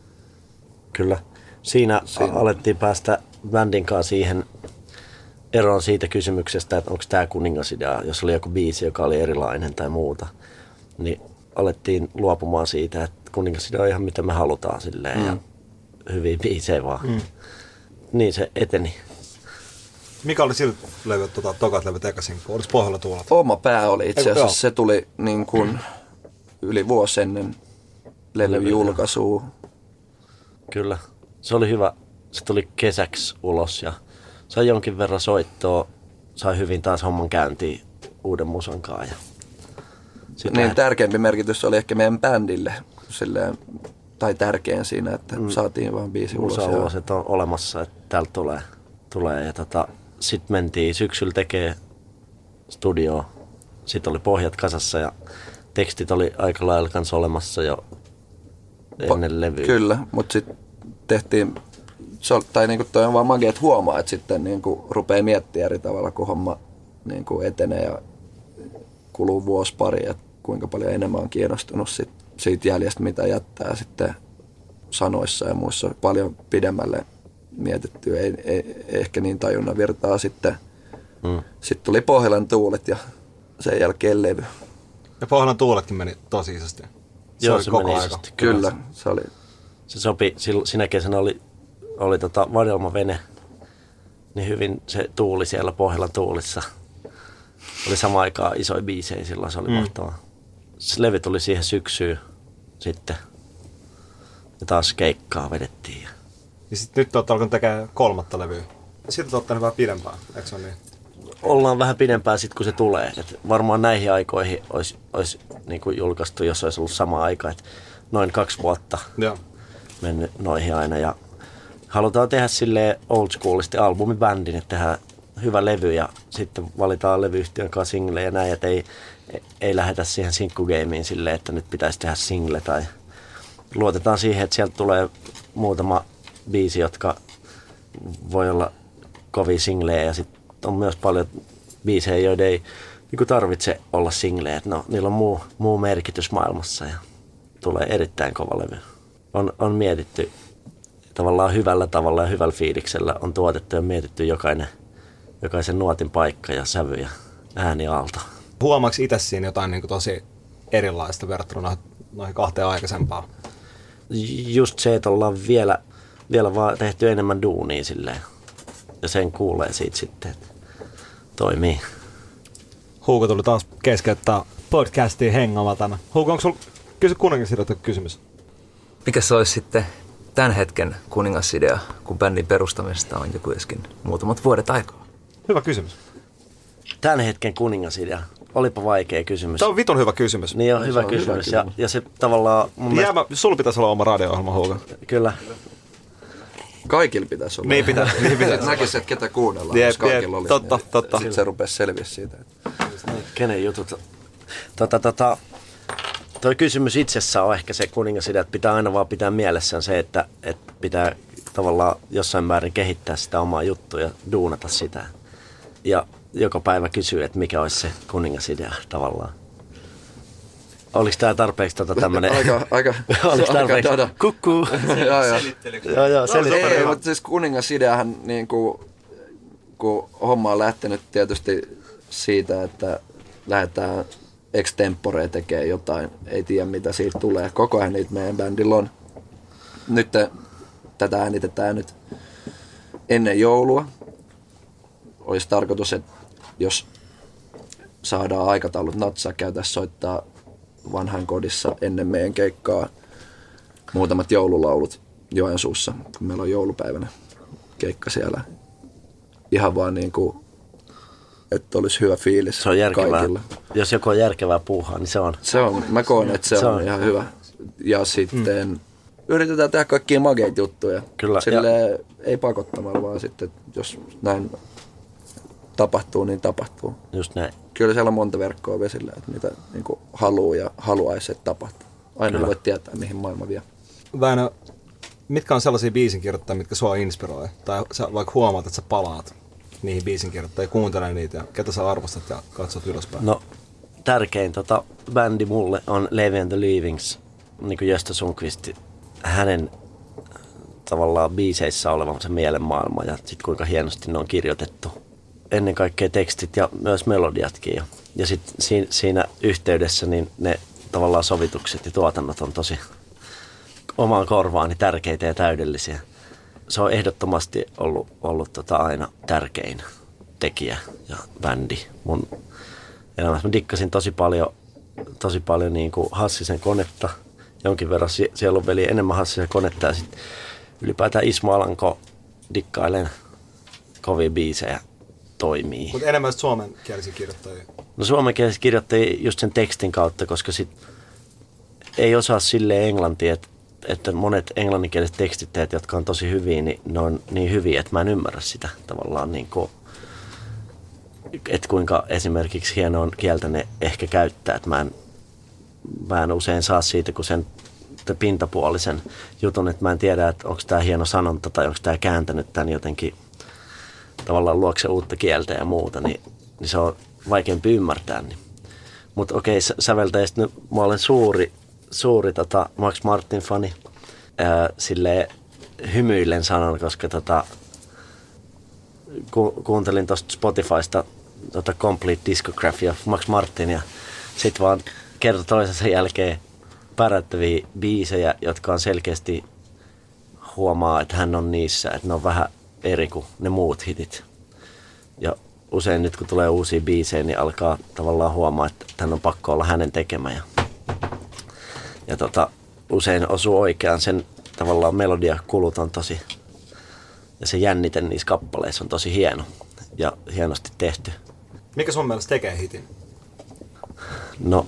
Kyllä. Siinä, Siinä alettiin päästä bändin kanssa siihen eroon siitä kysymyksestä, että onko tämä Kuningasidea, jos oli joku biisi, joka oli erilainen tai muuta, niin alettiin luopumaan siitä, että Kuningasidea on ihan mitä me halutaan silleen mm. ja hyviä biisejä vaan. Mm. Niin se eteni. Mikä oli sillä levy, tota, tokat levyt ekasin? Oliko Pohjola tuulet? Oma pää oli itse asiassa. Eiku, se tuli niin kuin yli vuosi ennen levyn julkaisua. Kyllä. Se oli hyvä. Se tuli kesäksi ulos ja sai jonkin verran soittoa. Sai hyvin taas homman käyntiin uuden musankaan. Ja niin lähdet... tärkeämpi merkitys oli ehkä meidän bändille. Silleen, tai tärkein siinä, että mm. saatiin vaan biisi ulos. Musa ulos, että on olemassa, että täältä tulee. tulee. Ja tota, sitten mentiin syksyllä tekemään studioon. Sitten oli pohjat kasassa ja tekstit oli aika lailla kanssa olemassa jo ennen pa- levyä. Kyllä, mutta sitten tehtiin, tai niinku toi on vaan magia, että huomaa, että sitten niinku rupeaa miettimään eri tavalla, kun homma niinku etenee ja kuluu vuosi pari, että kuinka paljon enemmän on kiinnostunut sit, siitä jäljestä, mitä jättää sitten sanoissa ja muissa paljon pidemmälle mietitty. Ei, ei, ei ehkä niin tajunnan virtaa sitten. Mm. Sitten tuli Pohjolan tuulet ja sen jälkeen levy. Ja Pohjolan tuuletkin meni tosi isosti. Se Joo, oli se koko aika. Kyllä, se oli. Se sopi, sinä kesänä oli, oli tota vadelmavene, niin hyvin se tuuli siellä Pohjolan tuulissa. Oli samaan aikaan isoja biisejä, silloin se oli mm. mahtavaa. Se levy tuli siihen syksyyn sitten. Ja taas keikkaa vedettiin. Ja sitten nyt olette alkanut tekemään kolmatta levyä. Sitten olette ottaneet vähän pidempään, eikö se ole niin? Ollaan vähän pidempään sitten, kun se tulee. Et varmaan näihin aikoihin olisi, olisi niin kuin julkaistu, jos olisi ollut sama aika. Et noin kaksi vuotta Joo. mennyt noihin aina. Ja halutaan tehdä silleen old schoolisti albumibändin, että tehdään hyvä levy ja sitten valitaan levyyhtiön kanssa single ja näin. Että ei, ei lähdetä siihen sinkkugeimiin silleen, että nyt pitäisi tehdä single. Tai luotetaan siihen, että sieltä tulee muutama biisi, jotka voi olla kovia singlejä ja sitten on myös paljon biisejä, joiden ei niin kuin tarvitse olla singlejä, että no, niillä on muu, muu merkitys maailmassa ja tulee erittäin kova levy. On, on mietitty tavallaan hyvällä tavalla ja hyvällä fiiliksellä on tuotettu ja mietitty jokainen, jokaisen nuotin paikka ja sävy ja ääni aalto. Huomaaks itse siinä jotain niin kuin tosi erilaista verrattuna noihin kahteen aikaisempaan? Just se, että ollaan vielä, vielä vaan tehty enemmän duunia silleen. Ja sen kuulee siitä sitten, että toimii. Huuko tuli taas keskeyttää podcastiin hengamatana. Huuko, onko sulla kysy kuningasidea kysymys? Mikä se olisi sitten tämän hetken kuningasidea, kun bändin perustamista on jo kuitenkin muutamat vuodet aikaa? Hyvä kysymys. Tämän hetken kuningasidea. Olipa vaikea kysymys. Tämä on vitun hyvä kysymys. Niin on, hyvä, on kysymys. hyvä kysymys. Ja, ja se tavallaan... Mun mielestä... Jäämä, sulla pitäisi olla oma radio-ohjelma, Huuko. Kyllä. Kaikilla pitäisi olla. Niin pitää. Niin pitää. Näkisi, että ketä kuunnellaan, Jep, jos kaikilla jep, olisi. totta, niin, totta. Sitten se rupesi selviä siitä. Kenen jutut? Tota, tota, toi kysymys itsessään on ehkä se kuningasidea, että pitää aina vaan pitää mielessään se, että, että pitää tavallaan jossain määrin kehittää sitä omaa juttua ja duunata sitä. Ja joka päivä kysyy, että mikä olisi se kuningasidea tavallaan. Oliko tämä tarpeeksi tota tämmönen... Aika, aika... Oliko tarpeeksi? Dada. Kukkuu. Joo, joo. Joo, joo, selittely. Ei, mutta siis kuningasideahan niin kuin, kun homma on lähtenyt tietysti siitä, että lähdetään extemporea tekemään jotain. Ei tiedä, mitä siitä tulee. Koko ajan niitä meidän bändillä on. Nyt tätä äänitetään nyt ennen joulua. Olisi tarkoitus, että jos saadaan aikataulut natsaa, käytäisiin soittaa vanhan kodissa ennen meidän keikkaa muutamat joululaulut Joensuussa, kun meillä on joulupäivänä keikka siellä. Ihan vaan niin kuin, että olisi hyvä fiilis se on järkevää. Kaikilla. Jos joku on järkevää puuhaa, niin se on. Se on, mä koen, että se, se on, on ihan hyvä. Ja sitten mm. yritetään tehdä kaikkia makeita juttuja. Kyllä. Silleen, ja... ei pakottamalla, vaan sitten, jos näin tapahtuu, niin tapahtuu. Just näin. Kyllä siellä on monta verkkoa vesillä, että mitä niin kuin haluaa ja haluaisi, että tapahtuu. Aina voi tietää, mihin maailma vie. Väinö, mitkä on sellaisia biisinkirjoittajia, mitkä sua inspiroi? Tai sä vaikka huomaat, että sä palaat niihin biisinkirjoittajia, kuuntelee niitä ja ketä sä arvostat ja katsot ylöspäin? No, tärkein tota, bändi mulle on Levi and the Leavings, niin kuin Gösta Sundqvist. Hänen tavallaan biiseissä olevan se mielenmaailma ja sitten kuinka hienosti ne on kirjoitettu. Ennen kaikkea tekstit ja myös melodiatkin. Ja, ja sitten siinä, siinä yhteydessä niin ne tavallaan sovitukset ja tuotannot on tosi omaan korvaani tärkeitä ja täydellisiä. Se on ehdottomasti ollut, ollut tota aina tärkein tekijä ja bändi mun elämässä. Mä dikkasin tosi paljon, tosi paljon niin kuin Hassisen Konetta, jonkin verran siellä on veli enemmän Hassisen Konetta ja sitten ylipäätään Ismo Alanko dikkailen kovia biisejä. Toimii. Mutta enemmän suomenkielisiä kirjoittajia. No suomenkielisiä kirjoittajia just sen tekstin kautta, koska sit ei osaa silleen englantia, että, että monet englanninkieliset tekstittäjät, jotka on tosi hyviä, niin ne on niin hyviä, että mä en ymmärrä sitä tavallaan niin kuin, että kuinka esimerkiksi hienoa kieltä ne ehkä käyttää, että mä en, mä en usein saa siitä, kun sen pintapuolisen jutun, että mä en tiedä, että onko tämä hieno sanonta tai onko tämä kääntänyt tämän jotenkin tavallaan luokse uutta kieltä ja muuta, niin, niin se on vaikeampi ymmärtää. Niin. Mutta okei, säveltäjistä nyt mä olen suuri, suuri tota Max Martin-fani. Ää, silleen hymyillen sanon, koska tota, ku, kuuntelin tuosta Spotifysta tota Complete Discography of Max Martin ja sit vaan kerta toisensa jälkeen pärättäviä biisejä, jotka on selkeästi huomaa, että hän on niissä, että ne on vähän eri kuin ne muut hitit. Ja usein nyt kun tulee uusia biisejä, niin alkaa tavallaan huomaa, että hän on pakko olla hänen tekemä. Ja, ja tota, usein osuu oikeaan sen tavallaan melodia kulut on tosi, ja se jännite niissä kappaleissa on tosi hieno ja hienosti tehty. Mikä sun mielestä tekee hitin? No,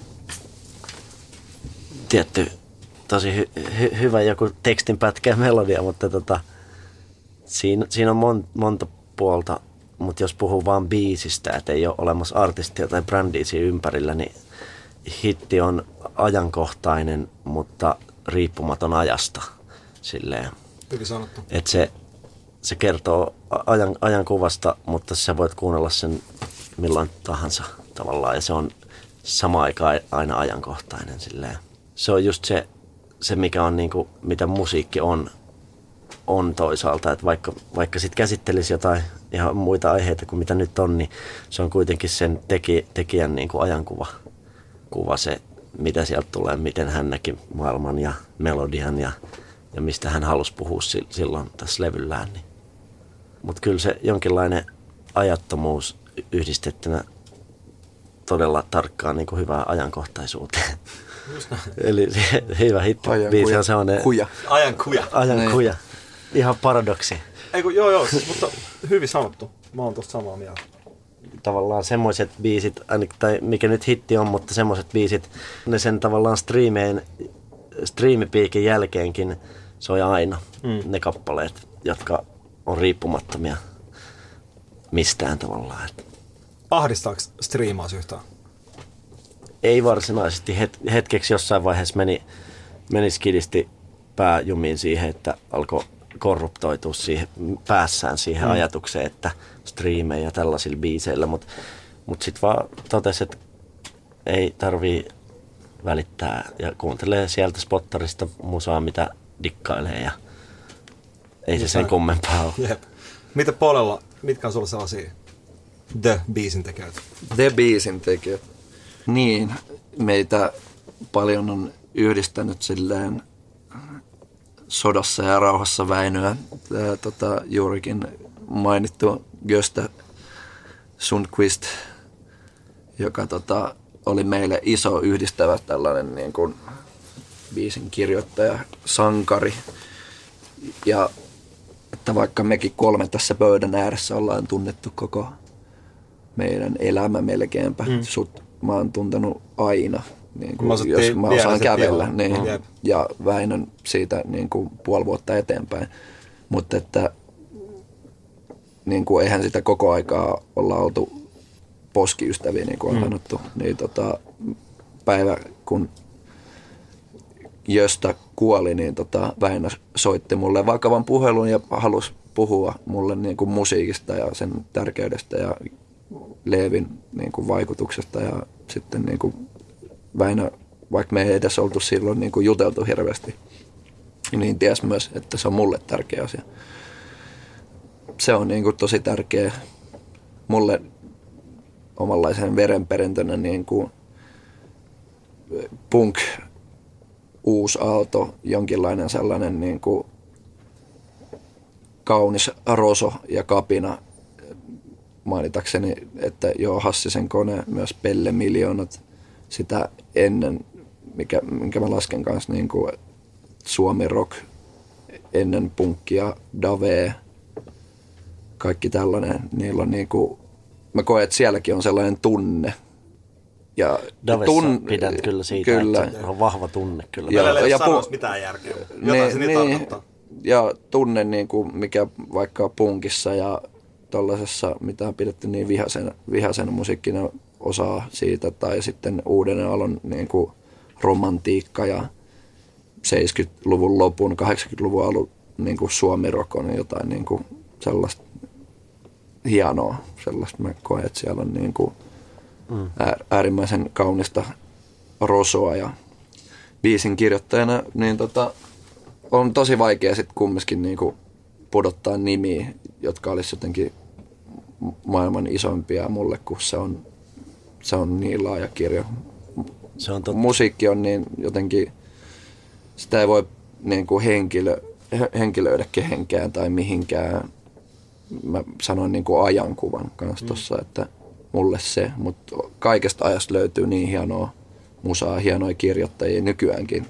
tietty tosi hy- hy- hyvä joku tekstinpätkä ja melodia, mutta tota, Siinä, siinä on mon, monta puolta, mutta jos puhuu vaan biisistä, että ei ole olemassa artistia tai brändiä siinä ympärillä, niin hitti on ajankohtainen, mutta riippumaton ajasta. Silleen. Hyvin sanottu. Että se, se kertoo ajan, ajankuvasta, mutta sä voit kuunnella sen milloin tahansa tavallaan ja se on samaan aikaan aina ajankohtainen silleen. Se on just se, se mikä on niinku, mitä musiikki on, on toisaalta, että vaikka, vaikka sit käsittelisi jotain ihan muita aiheita kuin mitä nyt on, niin se on kuitenkin sen teki, tekijän niinku ajankuva, kuva se, mitä sieltä tulee, miten hän näki maailman ja melodian ja, ja mistä hän halusi puhua silloin tässä levyllään. Niin. Mutta kyllä se jonkinlainen ajattomuus yhdistettynä todella tarkkaan niin kuin hyvään ajankohtaisuuteen. Eli se, hyvä hittibiisi on sellainen... Kuja. Ajan kuja. Ajan Niin. kuja. Ihan paradoksi. Ei kun, joo joo, siis, mutta hyvin sanottu. Mä oon tosta samaa mieltä. Tavallaan semmoiset biisit, tai mikä nyt hitti on, mutta semmoiset biisit, ne sen tavallaan striimeen, striimipiikin jälkeenkin soi aina mm. ne kappaleet, jotka on riippumattomia mistään tavallaan. Ahdistaako striimaus yhtään? Ei varsinaisesti. Het- hetkeksi jossain vaiheessa meni, meni skidisti pääjumiin siihen, että alkoi korruptoitua siihen, päässään siihen mm. ajatukseen, että striimejä tällaisilla biiseillä, mutta mut sitten vaan totesi, että ei tarvii välittää ja kuuntelee sieltä spottarista musaa, mitä dikkailee ja ei se sen kummempaa ole. Jep. Mitä puolella, mitkä on sulla sellaisia The-biisin tekijöitä? The-biisin tekijät. Niin, meitä paljon on yhdistänyt silleen Sodassa ja rauhassa Väinöä. Tämä, tota, juurikin mainittu Gösta Sundqvist, joka tota, oli meille iso yhdistävä tällainen niin kuin biisin kirjoittaja, sankari. Ja että vaikka mekin kolme tässä pöydän ääressä ollaan tunnettu koko meidän elämä melkeinpä. Mm. Sut mä oon tuntenut aina, niin kuin, mä jos mä osaan kävellä. Niin, mm. Ja Väinön siitä niin kuin puoli vuotta eteenpäin. Mutta että niin kuin, eihän sitä koko aikaa olla oltu poskiystäviä, niin kuin on mm. sanottu. Niin, tota, päivä kun Jöstä kuoli, niin tota, Väinö soitti mulle vakavan puhelun ja halusi puhua mulle niin kuin musiikista ja sen tärkeydestä ja Leevin niin kuin vaikutuksesta. Ja sitten niin kuin Väinö, vaikka me ei edes oltu silloin niin kuin juteltu hirveästi, niin ties myös, että se on mulle tärkeä asia. Se on niin kuin tosi tärkeä mulle omanlaisen verenperintönä niin kuin punk, uusi aalto, jonkinlainen sellainen niin kuin kaunis roso ja kapina. Mainitakseni, että joo, Hassisen kone, myös Pelle Miljoonat, sitä ennen, mikä, minkä mä lasken kanssa niin kuin Suomi Rock, ennen punkkia, Dave, kaikki tällainen, niillä on niin kuin, mä koen, että sielläkin on sellainen tunne. Ja Davessa tun... pidän kyllä siitä, kyllä. Että on vahva tunne kyllä. Ja, Meillä ei ja ole sanoisi pu... mitään järkeä. Jotain ne, se niin niin, tarkoittaa. Ja tunne, niin kuin mikä vaikka punkissa ja tollasessa, mitä on pidetty niin vihaisen, vihaisen musiikkina osaa siitä, tai sitten uuden alon niin kuin romantiikka ja seitsemänkymmentäluvun lopun, kahdeksankymmentäluvun alun niin kuin Suomi-rock on jotain niin kuin sellaista hienoa, sellaista mä koen, että siellä on niin kuin mm. äärimmäisen kaunista rosoa ja biisin kirjoittajana, niin tota, on tosi vaikea sitten kumminkin niin kuin pudottaa nimiä, jotka olisi jotenkin maailman isompia mulle, kun se on, se on niin laaja kirjo. Se on totta. Musiikki on niin jotenkin, sitä ei voi niin kuin henkilö, henkilöidä kehenkään tai mihinkään. Mä sanoin niin kuin ajankuvan kanssa tuossa, mm. että mulle se, mutta kaikesta ajasta löytyy niin hienoa musaa, hienoja kirjoittajia nykyäänkin,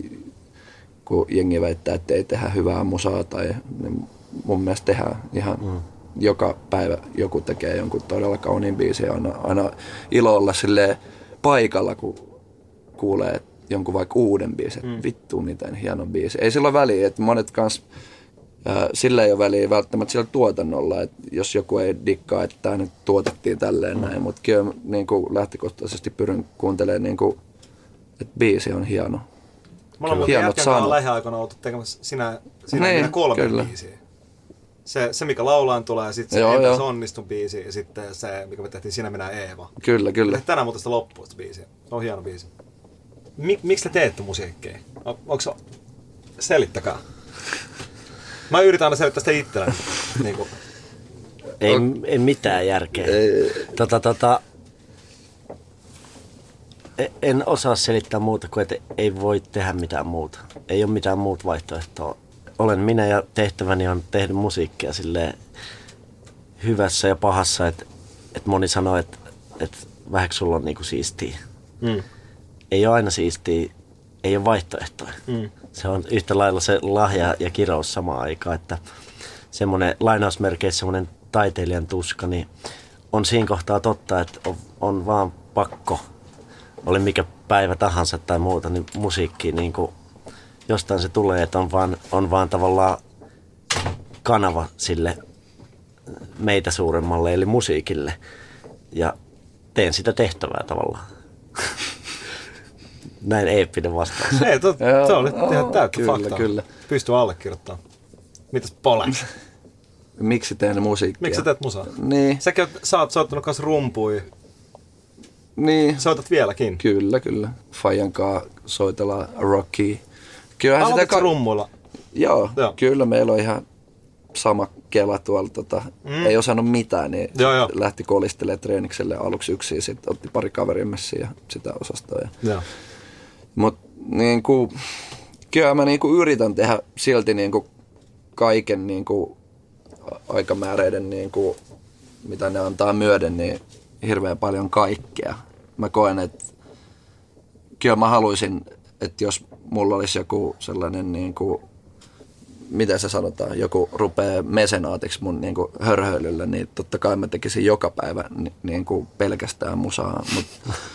kun jengi väittää, että ei tehdä hyvää musaa tai niin mun mielestä tehdään ihan mm. joka päivä joku tekee jonkun todella kauniin biisin. Aina, aina ilo olla silleen paikalla, kun kuulee jonkun vaikka uuden biisin. Mm. Vittu, miten hieno biisi. Ei sillä ole väliä, että monet kans, äh, sillä ei ole väliä välttämättä sillä tuotannolla, että jos joku ei dikkaa, että tämä nyt tuotettiin tälleen mm. näin, mutta kyllä niin kuin lähtökohtaisesti pyrin kuuntelemaan, niin kuin, että biisi on hieno. Me ollaan jätkän kanssa lähiaikoina oltu tekemässä sinä, sinä niin, kolme kyllä. biisiä. Se, se mikä laulaan tulee, ja sitten se Joo, Entäs joo. onnistun biisi, ja sitten se, mikä me tehtiin Sinä minä Eeva. Kyllä, kyllä. Tänään muuten sitä loppuu sitä biisiä. Se on hieno biisi. Mik, miksi te teette musiikkia? On, onko selittäkää. Mä yritän aina selittää sitä itselleni. niin kuin. Ei, ei mitään järkeä. Tota, tota, en osaa selittää muuta kuin, että ei voi tehdä mitään muuta. Ei ole mitään muuta vaihtoehtoa. Olen minä ja tehtäväni on tehdä musiikkia silleen hyvässä ja pahassa, että, että moni sanoo, että, että vähäksi sulla on niinku siistiä. Mm. Ei ole aina siistiä, ei ole vaihtoehtoja. Mm. Se on yhtä lailla se lahja ja kirous samaan aikaan, että semmoinen lainausmerkeissä semmoinen taiteilijan tuska, niin on siinä kohtaa totta, että on, on vaan pakko, oli mikä päivä tahansa tai muuta, niin musiikki niin kuin jostain se tulee, että on vaan, on vaan tavallaan kanava sille meitä suuremmalle, eli musiikille. Ja teen sitä tehtävää tavallaan. Näin eeppinen vastaus. Ei, to, Joo, se oli ihan täyttä kyllä, faktaa. kyllä. Pystyy allekirjoittamaan. Mitäs Pole? Miksi teen musiikkia? Miksi sä teet musaa? Niin. Säkin sä oot soittanut kanssa rumpuja. Niin. Soitat vieläkin. Kyllä, kyllä. Fajan kanssa soitellaan rockia. Kyllähän Aloitatko sitä ka- rummuilla? Joo, Joo. kyllä meillä on ihan sama kela tuolla. Tota, mm. Ei osannut mitään, niin Joo, joo. lähti kolistelemaan treenikselle aluksi yksin. Sitten otti pari kaveria messiin ja sitä osastoa. Ja. Joo. Mut niin kuin, kyllä mä niin kuin yritän tehdä silti niin kuin kaiken niin kuin aikamääreiden, niin kuin, mitä ne antaa myöden, niin hirveän paljon kaikkea. Mä koen, että kyllä mä haluaisin, että jos mulla olisi joku sellainen, niin kuin, miten se sanotaan, joku rupeaa mesenaatiksi mun niin kuin hörhöilyllä, niin totta kai mä tekisin joka päivä niin kuin pelkästään musaa. Mut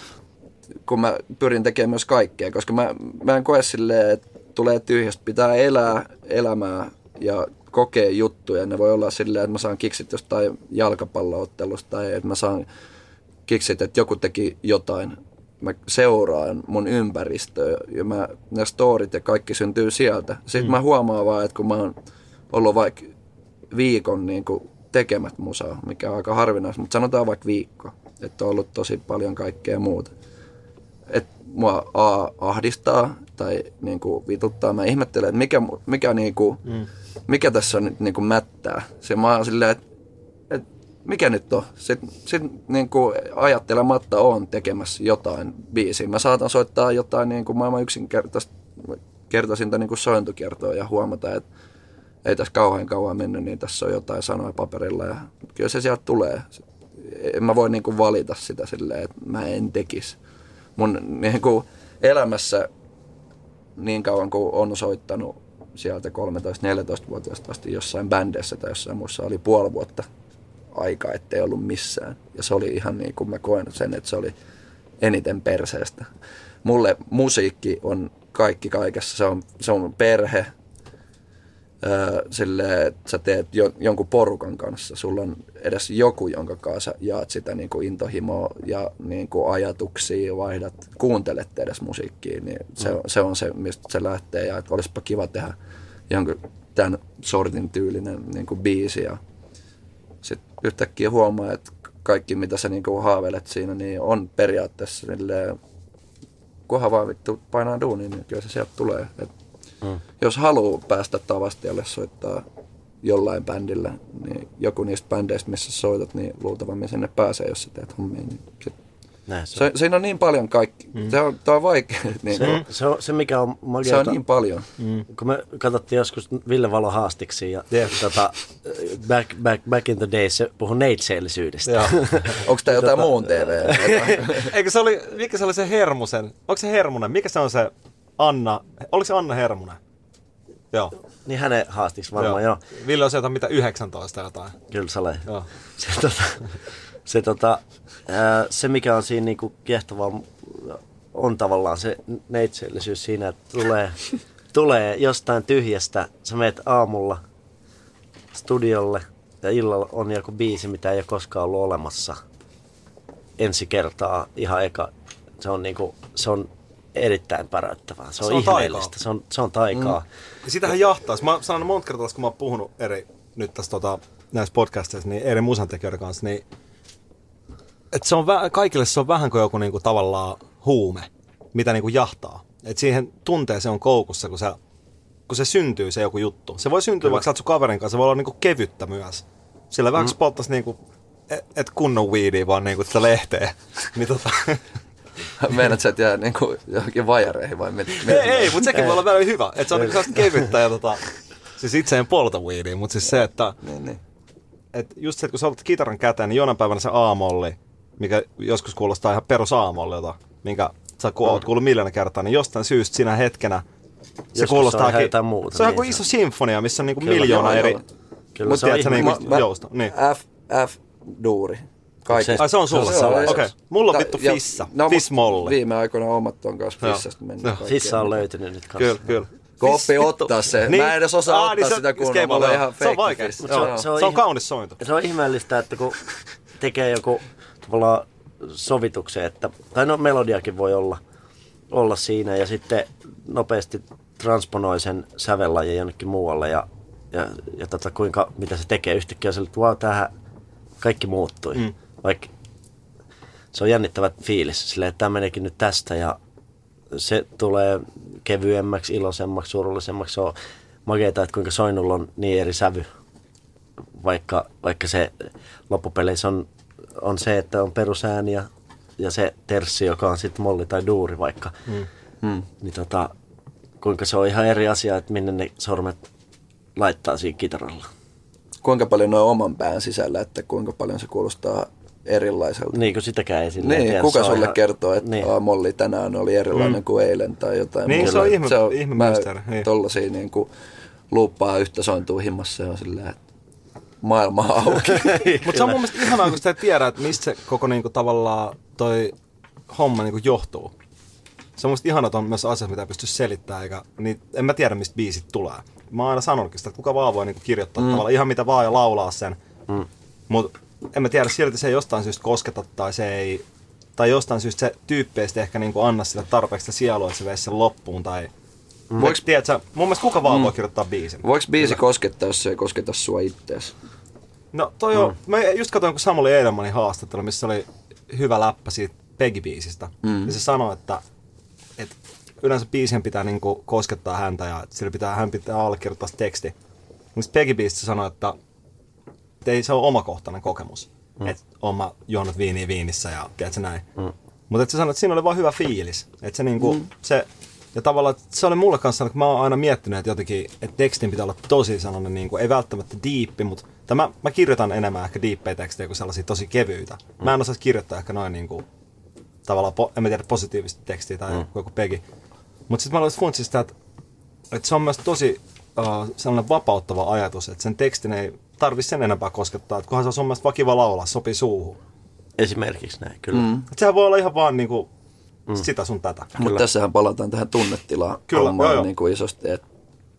kun mä pyrin tekemään myös kaikkea, koska mä, mä en koe silleen, että tulee tyhjästä, pitää elää elämää ja kokea juttuja. Ne voi olla silleen, että mä saan kiksit jostain jalkapalloottelusta tai että mä saan kiksit, että joku teki jotain. Mä seuraan mun ympäristöä ja mä, ne storit ja kaikki syntyy sieltä. Sitten mm. mä huomaan vaan, että kun mä oon ollut vaikka viikon niin kuin tekemät musaa, mikä on aika harvinaista, mutta sanotaan vaikka viikko, että on ollut tosi paljon kaikkea muuta. Että mua A, ahdistaa tai niin kuin vituttaa. Mä ihmettelen, että mikä, mikä, niin kuin, mm. mikä tässä on nyt niin kuin mättää. Se mä oon silleen, että, että mikä nyt on. Sitten sit, niin kuin ajattelematta on tekemässä jotain biisiä. Mä saatan soittaa jotain niin kuin maailman yksinkertaisinta niin kuin sointukiertoa ja huomata, että ei tässä kauhean kauan mennyt, niin tässä on jotain sanoja paperilla. Ja kyllä se sieltä tulee. En mä voi niin kuin valita sitä silleen, että mä en tekisi. Mun niin kuin elämässä niin kauan kuin on soittanut sieltä kolmetoista-neljätoista-vuotiaasta asti jossain bändeissä tai jossain muussa oli puoli vuotta aikaa, ettei ollut missään. Ja se oli ihan niin kuin mä koen sen, että se oli eniten perseestä. Mulle musiikki on kaikki kaikessa. Se on, se on perhe. Öö, silleen, että sä teet jo, jonkun porukan kanssa. Sulla on edes joku, jonka kanssa jaat sitä niin kuin intohimoa ja niin kuin ajatuksia, vaihdat, kuuntelet edes musiikkia. Niin se, mm. se on se, mistä se lähtee. Ja että olisipa kiva tehdä jonkun tämän sortin tyylinen niin kuin biisi. Ja sitten yhtäkkiä huomaa, että kaikki mitä sä niin kuin haaveilet siinä, niin on periaatteessa silleen, kunhan vaan vittu painaa duuniin, niin kyllä se sieltä tulee. Et Mm. Jos haluaa päästä Tavastialle soittaa jollain bändillä, niin joku niistä bändeistä, missä soitat, niin luultavammin sinne pääsee, jos sä teet hommia. Niin sit Näin se, se, siinä on niin paljon kaikki. Mm. Se, on, on vaikea. Niin se, kuin, se, on, se mikä on magia, se on niin paljon. Mm. Kun me katsottiin joskus Ville Valo haastiksi ja yeah. tota, back, back, back in the days se puhui neitseellisyydestä. Onko tämä jotain muun T V? Eikö se oli, mikä se oli se Hermusen? Onko se Hermunen? Mikä se on se Anna? Oliko se Anna Hermunen? Joo. Niin hänen haastiksi varmaan, joo. joo. Ville on sieltä mitä yhdeksäntoista jotain. Kyllä sale. Joo. Se, tota, se, tota, ää, se mikä on siinä niinku kiehtovaa on tavallaan se neitseellisyys siinä, että tulee, tulee jostain tyhjästä. Sä meet aamulla studiolle ja illalla on joku biisi, mitä ei ole koskaan ollut olemassa. Ensi kertaa ihan eka. Se on niinku, se on erittäin päräyttävää. Se on, se on ihmeellistä. Se on, se on taikaa. Mm. Ja sitähän jahtaisi. Mä sanon monta kertaa, kun mä oon puhunut eri nyt tässä tota, näissä podcasteissa niin eri musantekijöiden kanssa, niin että se on vä- kaikille se on vähän kuin joku niinku tavallaan huume, mitä niinku jahtaa. Että siihen tunteeseen on koukussa, kun se, kun se syntyy se joku juttu. Se voi syntyä, Kyllä. vaikka sä oot sun kaverin kanssa, se voi olla niinku kevyttä myös. Sillä vähän mm. polttaisi niinku, et, et kunnon weedia, vaan niinku sitä lehteä. niin tota... Meinaat sä, että jää niinku johonkin vajareihin vai mit? Ei, ei mutta sekin voi olla välillä hyvä. Että se on niinku kevyttä ja tota... Siis itse en polta weedia, mutta siis se, että... niin, niin. Et just se, että kun sä otat kitaran käteen, niin jonain päivänä se A-molli, mikä joskus kuulostaa ihan perus A-mollilta, minkä sä ku, oot kuullut miljoona kertaa, niin jostain syystä siinä hetkenä se joskus kuulostaa... Se on jotain muuta. Se on niin joku iso sinfonia, missä on niinku Kyllä, miljoona joo, eri... joo. Kyllä Mutta se on tiedät sä ihme- niinku jousta. Niin. F, F-duuri. Kaikista. Ai se on sulla? Se on, Okei. Okay. Mulla on Ta- vittu ja- fissa. no, Fiss-molli. Viime aikoina omat on kanssa Joo. fissasta mennyt. Joo. kaikkea. Fissa on löytynyt nyt kanssa. Kyllä, kyllä. Kun oppii ottaa se. Niin. Mä en edes osaa Aa, ottaa niin se- sitä kunnolla. skeipa, Mulla on joo. ihan Se on fake vaikea. fissa. Joo. Joo. Se on kaunis sointu. Se on ihmeellistä, että kun tekee joku tavallaan sovituksen, että, tai no melodiakin voi olla, olla siinä ja sitten nopeasti transponoi sen sävellajien jonnekin muualle ja, ja, ja tota, kuinka, mitä se tekee yhtäkkiä sille, että wow, tämähän kaikki muuttui. Mm. Vaikka se on jännittävä fiilis silleen, että tämä meneekin nyt tästä ja se tulee kevyemmäksi, iloisemmaksi, surullisemmaksi. Se on makeeta, että kuinka soinnulla on niin eri sävy, vaikka, vaikka se loppupeleissä on, on se, että on perusääni ja, ja se terssi, joka on sitten molli tai duuri vaikka. Mm. Mm. Niin tota, kuinka se on ihan eri asia, että minne ne sormet laittaa siinä kitaralla. Kuinka paljon ne on oman pään sisällä, että kuinka paljon se kuulostaa erilaiselta. Niin kuin sitäkään ei silleen Niin, tiedä, kuka se on sulle ihan- kertoo, että niin. niin. molli tänään oli erilainen mm. kuin eilen tai jotain Niin, muuta. se on ihme- se on, ihme mä mysteeri, niin. tollasia niin kuin luuppaa yhtä sointuu himmassa ja on silleen, että maailma auki. Mutta se on mun mielestä ihanaa, kun sitä ei tiedä, että mistä se koko niinku, tavallaan toi homma niinku, johtuu. Se on mun mielestä ihanaa, että on myös asiat, mitä ei pysty selittämään, eikä, niin en mä tiedä, mistä biisit tulee. Mä oon aina sanonutkin sitä, että kuka vaan voi niinku, kirjoittaa mm. tavallaan ihan mitä vaan ja laulaa sen. Mm. Mutta en mä tiedä, silti se ei jostain syystä kosketa tai se ei, tai jostain syystä se tyyppeistä ehkä niinku, anna sille tarpeeksi sitä sielua, että se veisi sen loppuun. Tai, mm. Voiko, tiedätkö, mun mielestä kuka vaan mm. voi kirjoittaa biisin. Voiko biisi Kyllä. koskettaa, jos se ei kosketa sua ittees? No toi mm. on, mä just katsoin, kun Samuli Edelmanin haastattelu, missä oli hyvä läppä siitä Peggy-biisistä. Mm. Ja se sanoi, että, että yleensä biisien pitää niinku koskettaa häntä ja sillä pitää, hän pitää allekirjoittaa se teksti. Mutta Peggy-biisistä sanoi, että ei se ole omakohtainen kokemus. Mm. Että oon mä juonut viiniä viinissä ja tiedätkö näin. Mm. Mutta se sanoi, että siinä oli vaan hyvä fiilis. Että se niinku, mm. se, ja tavallaan se oli mulle kanssa, kun mä oon aina miettinyt, että jotenkin, että tekstin pitää olla tosi sellainen, niinku, ei välttämättä diippi, mutta mä, mä kirjoitan enemmän ehkä diippejä tekstejä kuin sellaisia tosi kevyitä. Mm. Mä en osaisi kirjoittaa ehkä noin niinku, tavallaan, po, en mä tiedä, positiivista tekstiä tai mm. joku Peggy. Mutta sitten mä aloin funtsia sitä, että, että se on myös tosi uh, sellainen vapauttava ajatus, että sen tekstin ei tarvi sen enempää koskettaa, että kunhan se on sun mielestä vaan kiva laulaa, sopii suuhun. Esimerkiksi näin, kyllä. Mm. Että sehän voi olla ihan vaan niinku, mm. sitä sun tätä. Mutta tässähän palataan tähän tunnetilaan Kyllä, hommaan joo, joo. niin kuin isosti, että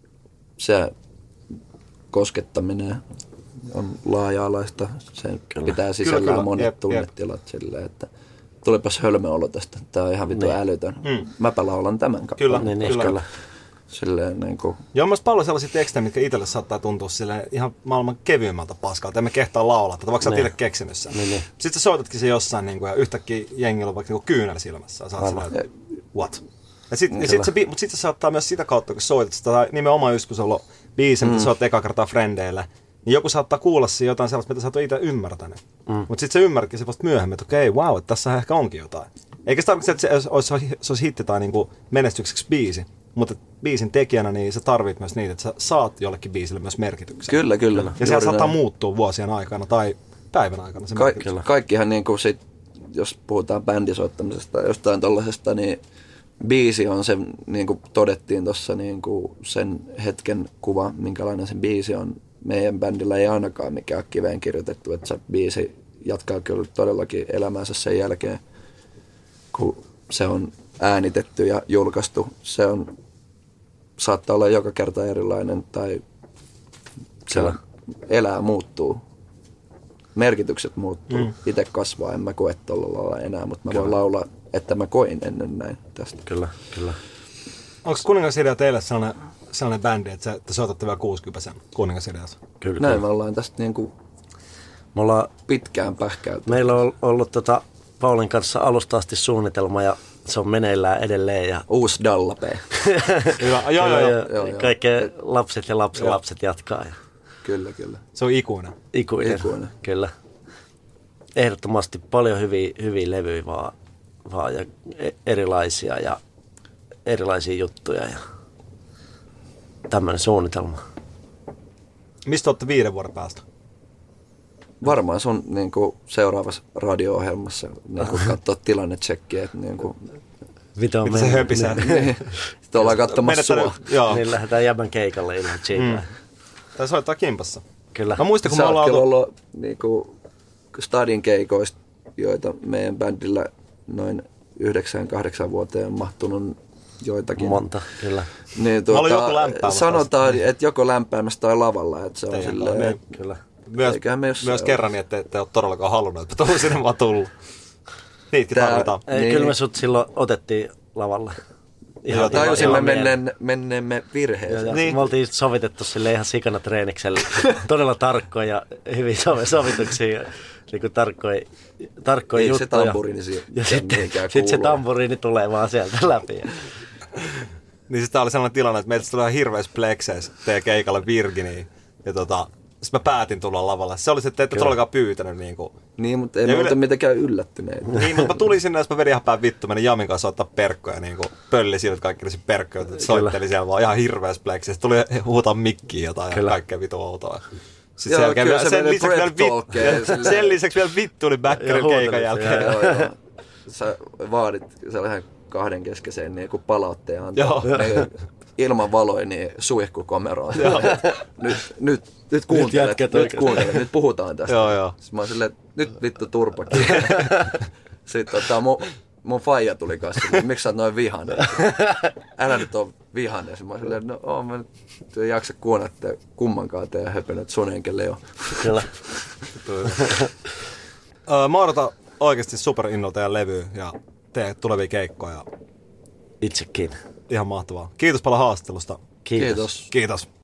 se koskettaminen on laaja-alaista. Sen Kyllä. pitää sisällään Kyllä, kyllä. monet Jep, tunnetilat silleen, että tulipas hölmöolo tästä. Tää on ihan vittu Niin. älytön. Mm. Mäpä laulan tämän kappaleen. Kyllä, Niin, niin, kyllä. kyllä. Silleen niin kuin, Ja on myös paljon sellaisia tekstejä, mitkä itselle saattaa tuntua silleen ihan maailman kevyimmältä paskalta. Emme kehtaa laulaa, että vaikka sä oot Niin. itse keksinyt sen. Niin, niin. Sitten sä soitatkin se jossain niin kuin, ja yhtäkkiä jengillä on vaikka niin kyynel silmässä. Ja sä oot Aivan. silleen, että what? Ja sit, Niin, ja sit se, bi- mut sit se saattaa myös sitä kautta, kun soitat sitä, tai nimenomaan just kun se on ollut biisi, mm. mitä sä oot eka kertaa frendeille, niin joku saattaa kuulla siinä jotain sellaista, mitä sä oot itse ymmärtänyt. Mm. Mutta sitten se ymmärrätkin se vasta myöhemmin, että okei, wow, että tässä ehkä onkin jotain. Eikä se tarkoita, että se olisi, se olisi hitti tai niinku menestykseksi biisi, mutta biisin tekijänä niin sä tarvit myös niitä, että sä saat jollekin biisille myös merkityksen. kyllä, kyllä. Ja se Juuri saattaa näin. muuttua vuosien aikana tai päivän aikana se Ka- merkitys. kaikkihan niin kuin sit, jos puhutaan bändisoittamisesta tai jostain tollasesta, niin biisi on se, niin kuin todettiin tuossa niin kuin sen hetken kuva, minkälainen se biisi on. Meidän bändillä ei ainakaan mikään kiveen kirjoitettu, että se biisi jatkaa kyllä todellakin elämänsä sen jälkeen, kun se on äänitetty ja julkaistu. Se on, saattaa olla joka kerta erilainen tai se Kyllä. elää, muuttuu. Merkitykset muuttuu. Mm. Itse kasvaa, en mä koe tolla lailla enää, mutta mä voin laulaa, että mä koin ennen näin tästä. Kyllä, kyllä. Onko Kuningasidea teille sellainen sellainen bändi, että te soitatte vielä kuusikymmentä Kuningasideassa. Kyllä, Näin kyllä. me ollaan tästä niinku Me ollaan, pitkään pähkäyty. meillä on ollut tota Paulin kanssa alusta asti suunnitelma ja se on meneillään edelleen. Ja Uusi Dalla P. Hyvä. Joo, joo, joo. joo, joo. Kaikkea lapset ja lapsenlapset jatkaa. Ja Kyllä, kyllä. Se on ikuinen. ikuinen, Ikuinen. kyllä. Ehdottomasti paljon hyviä, hyviä levyjä vaan, vaan ja e- erilaisia ja erilaisia juttuja ja tämmöinen suunnitelma. Mistä olette viiden vuoden päästä? Varmaan sun niin kuin, seuraavassa radio-ohjelmassa niin kuin, katsoa tilannetsekkiä. Että, niin kuin, Mitä on Mitä se mennyt? höpisää? niin, sitten ollaan katsomassa Menet sua. tänne- Joo. Niin lähdetään jäbän keikalle ilman Chigaa. Mm. Tai soittaa kimpassa. Kyllä. Mä muistan, kun Sä me ollaan ootkin oltu... ollut niin kuin, stadin keikoista, joita meidän bändillä noin yhdeksän kahdeksan vuoteen on mahtunut joitakin. Monta, kyllä. Niin, Mä olin joku lämpäämässä. sanotaan, että joko lämpäämässä tai lavalla. Että se on Teidän silleen, kanssa, että Kyllä. Myös, Eiköhän me jossain myös ole. kerran, niin, että ette ole todellakaan halunnut, että mä tuun sinne vaan tullut. Niitäkin Tää- tarvitaan. Ei, Niin. kyllä me sut silloin otettiin lavalle. Joo, tajusimme ihan mieleen. menneen, menneemme Ja, virheeseen. ja Niin. Me oltiin sovitettu sille ihan sikana treeniksellä. Todella tarkkoja ja hyvin sovi- sovituksia. Niin kuin tarkkoja, tarkkoja Ei se juttuja. tamburiini siihen Ja sitten mihinkään sit se kuuluu. tamburiini tulee vaan sieltä läpi. Niin siis tää oli sellainen tilanne, että meiltä tuli ihan hirveässä plekseis teidän keikalle Virginiin. Ja tota, sit mä päätin tulla lavalle. Se oli se, että ette todellakaan pyytänyt niinku. Niin, mutta ei Ja me yle- oltu mitenkään yllättyneitä. Niin, mutta mä tulin sinne, jos mä vedin ihan päin vittu, menin Jamin kanssa ottaa perkkoja, niin kuin pölli siinä, että kaikki olisi perkkoja, että soitteli siellä vaan ihan hirveässä pleksissä. Tuli huutaa mikkiin jotain Kyllä. ja kaikkea vitu outoa. Sitten Joo, sen, jälkeen kyllä vielä, se sen, meni lisäksi vielä prep talkia vittu, silleen. sen lisäksi vielä vittu oli Bäkkärin Ja huuteli keikan jälkeen. siellä. Joo, joo. Sä vaadit sellaisen kahden keskeisen niin kuin palautteen antaa. Joo. Niin, ilman valoja niin suihkukomeroon. Joo. nyt, nyt, nyt kuuntelet, jätkät nyt, oikeesti. kuuntelet, nyt puhutaan tästä. Joo, joo. Sitten mä oon silleen, että nyt vittu turpa kiinni. Sitten tota, mun, mun faija tuli kanssa, että miksi sä oot noin vihainen? Älä nyt oo vihainen. Sitten mä oon silleen, no oon mä nyt en jaksa kuunnella te kummankaan teidän höpönöt sun enkelle jo. Kyllä. Öö, Mä odotan oikeasti superinnolla teidän levyä ja teidän tulevia keikkoja. Itsekin. Ihan mahtavaa. Kiitos paljon haastattelusta. Kiitos. Kiitos. Kiitos.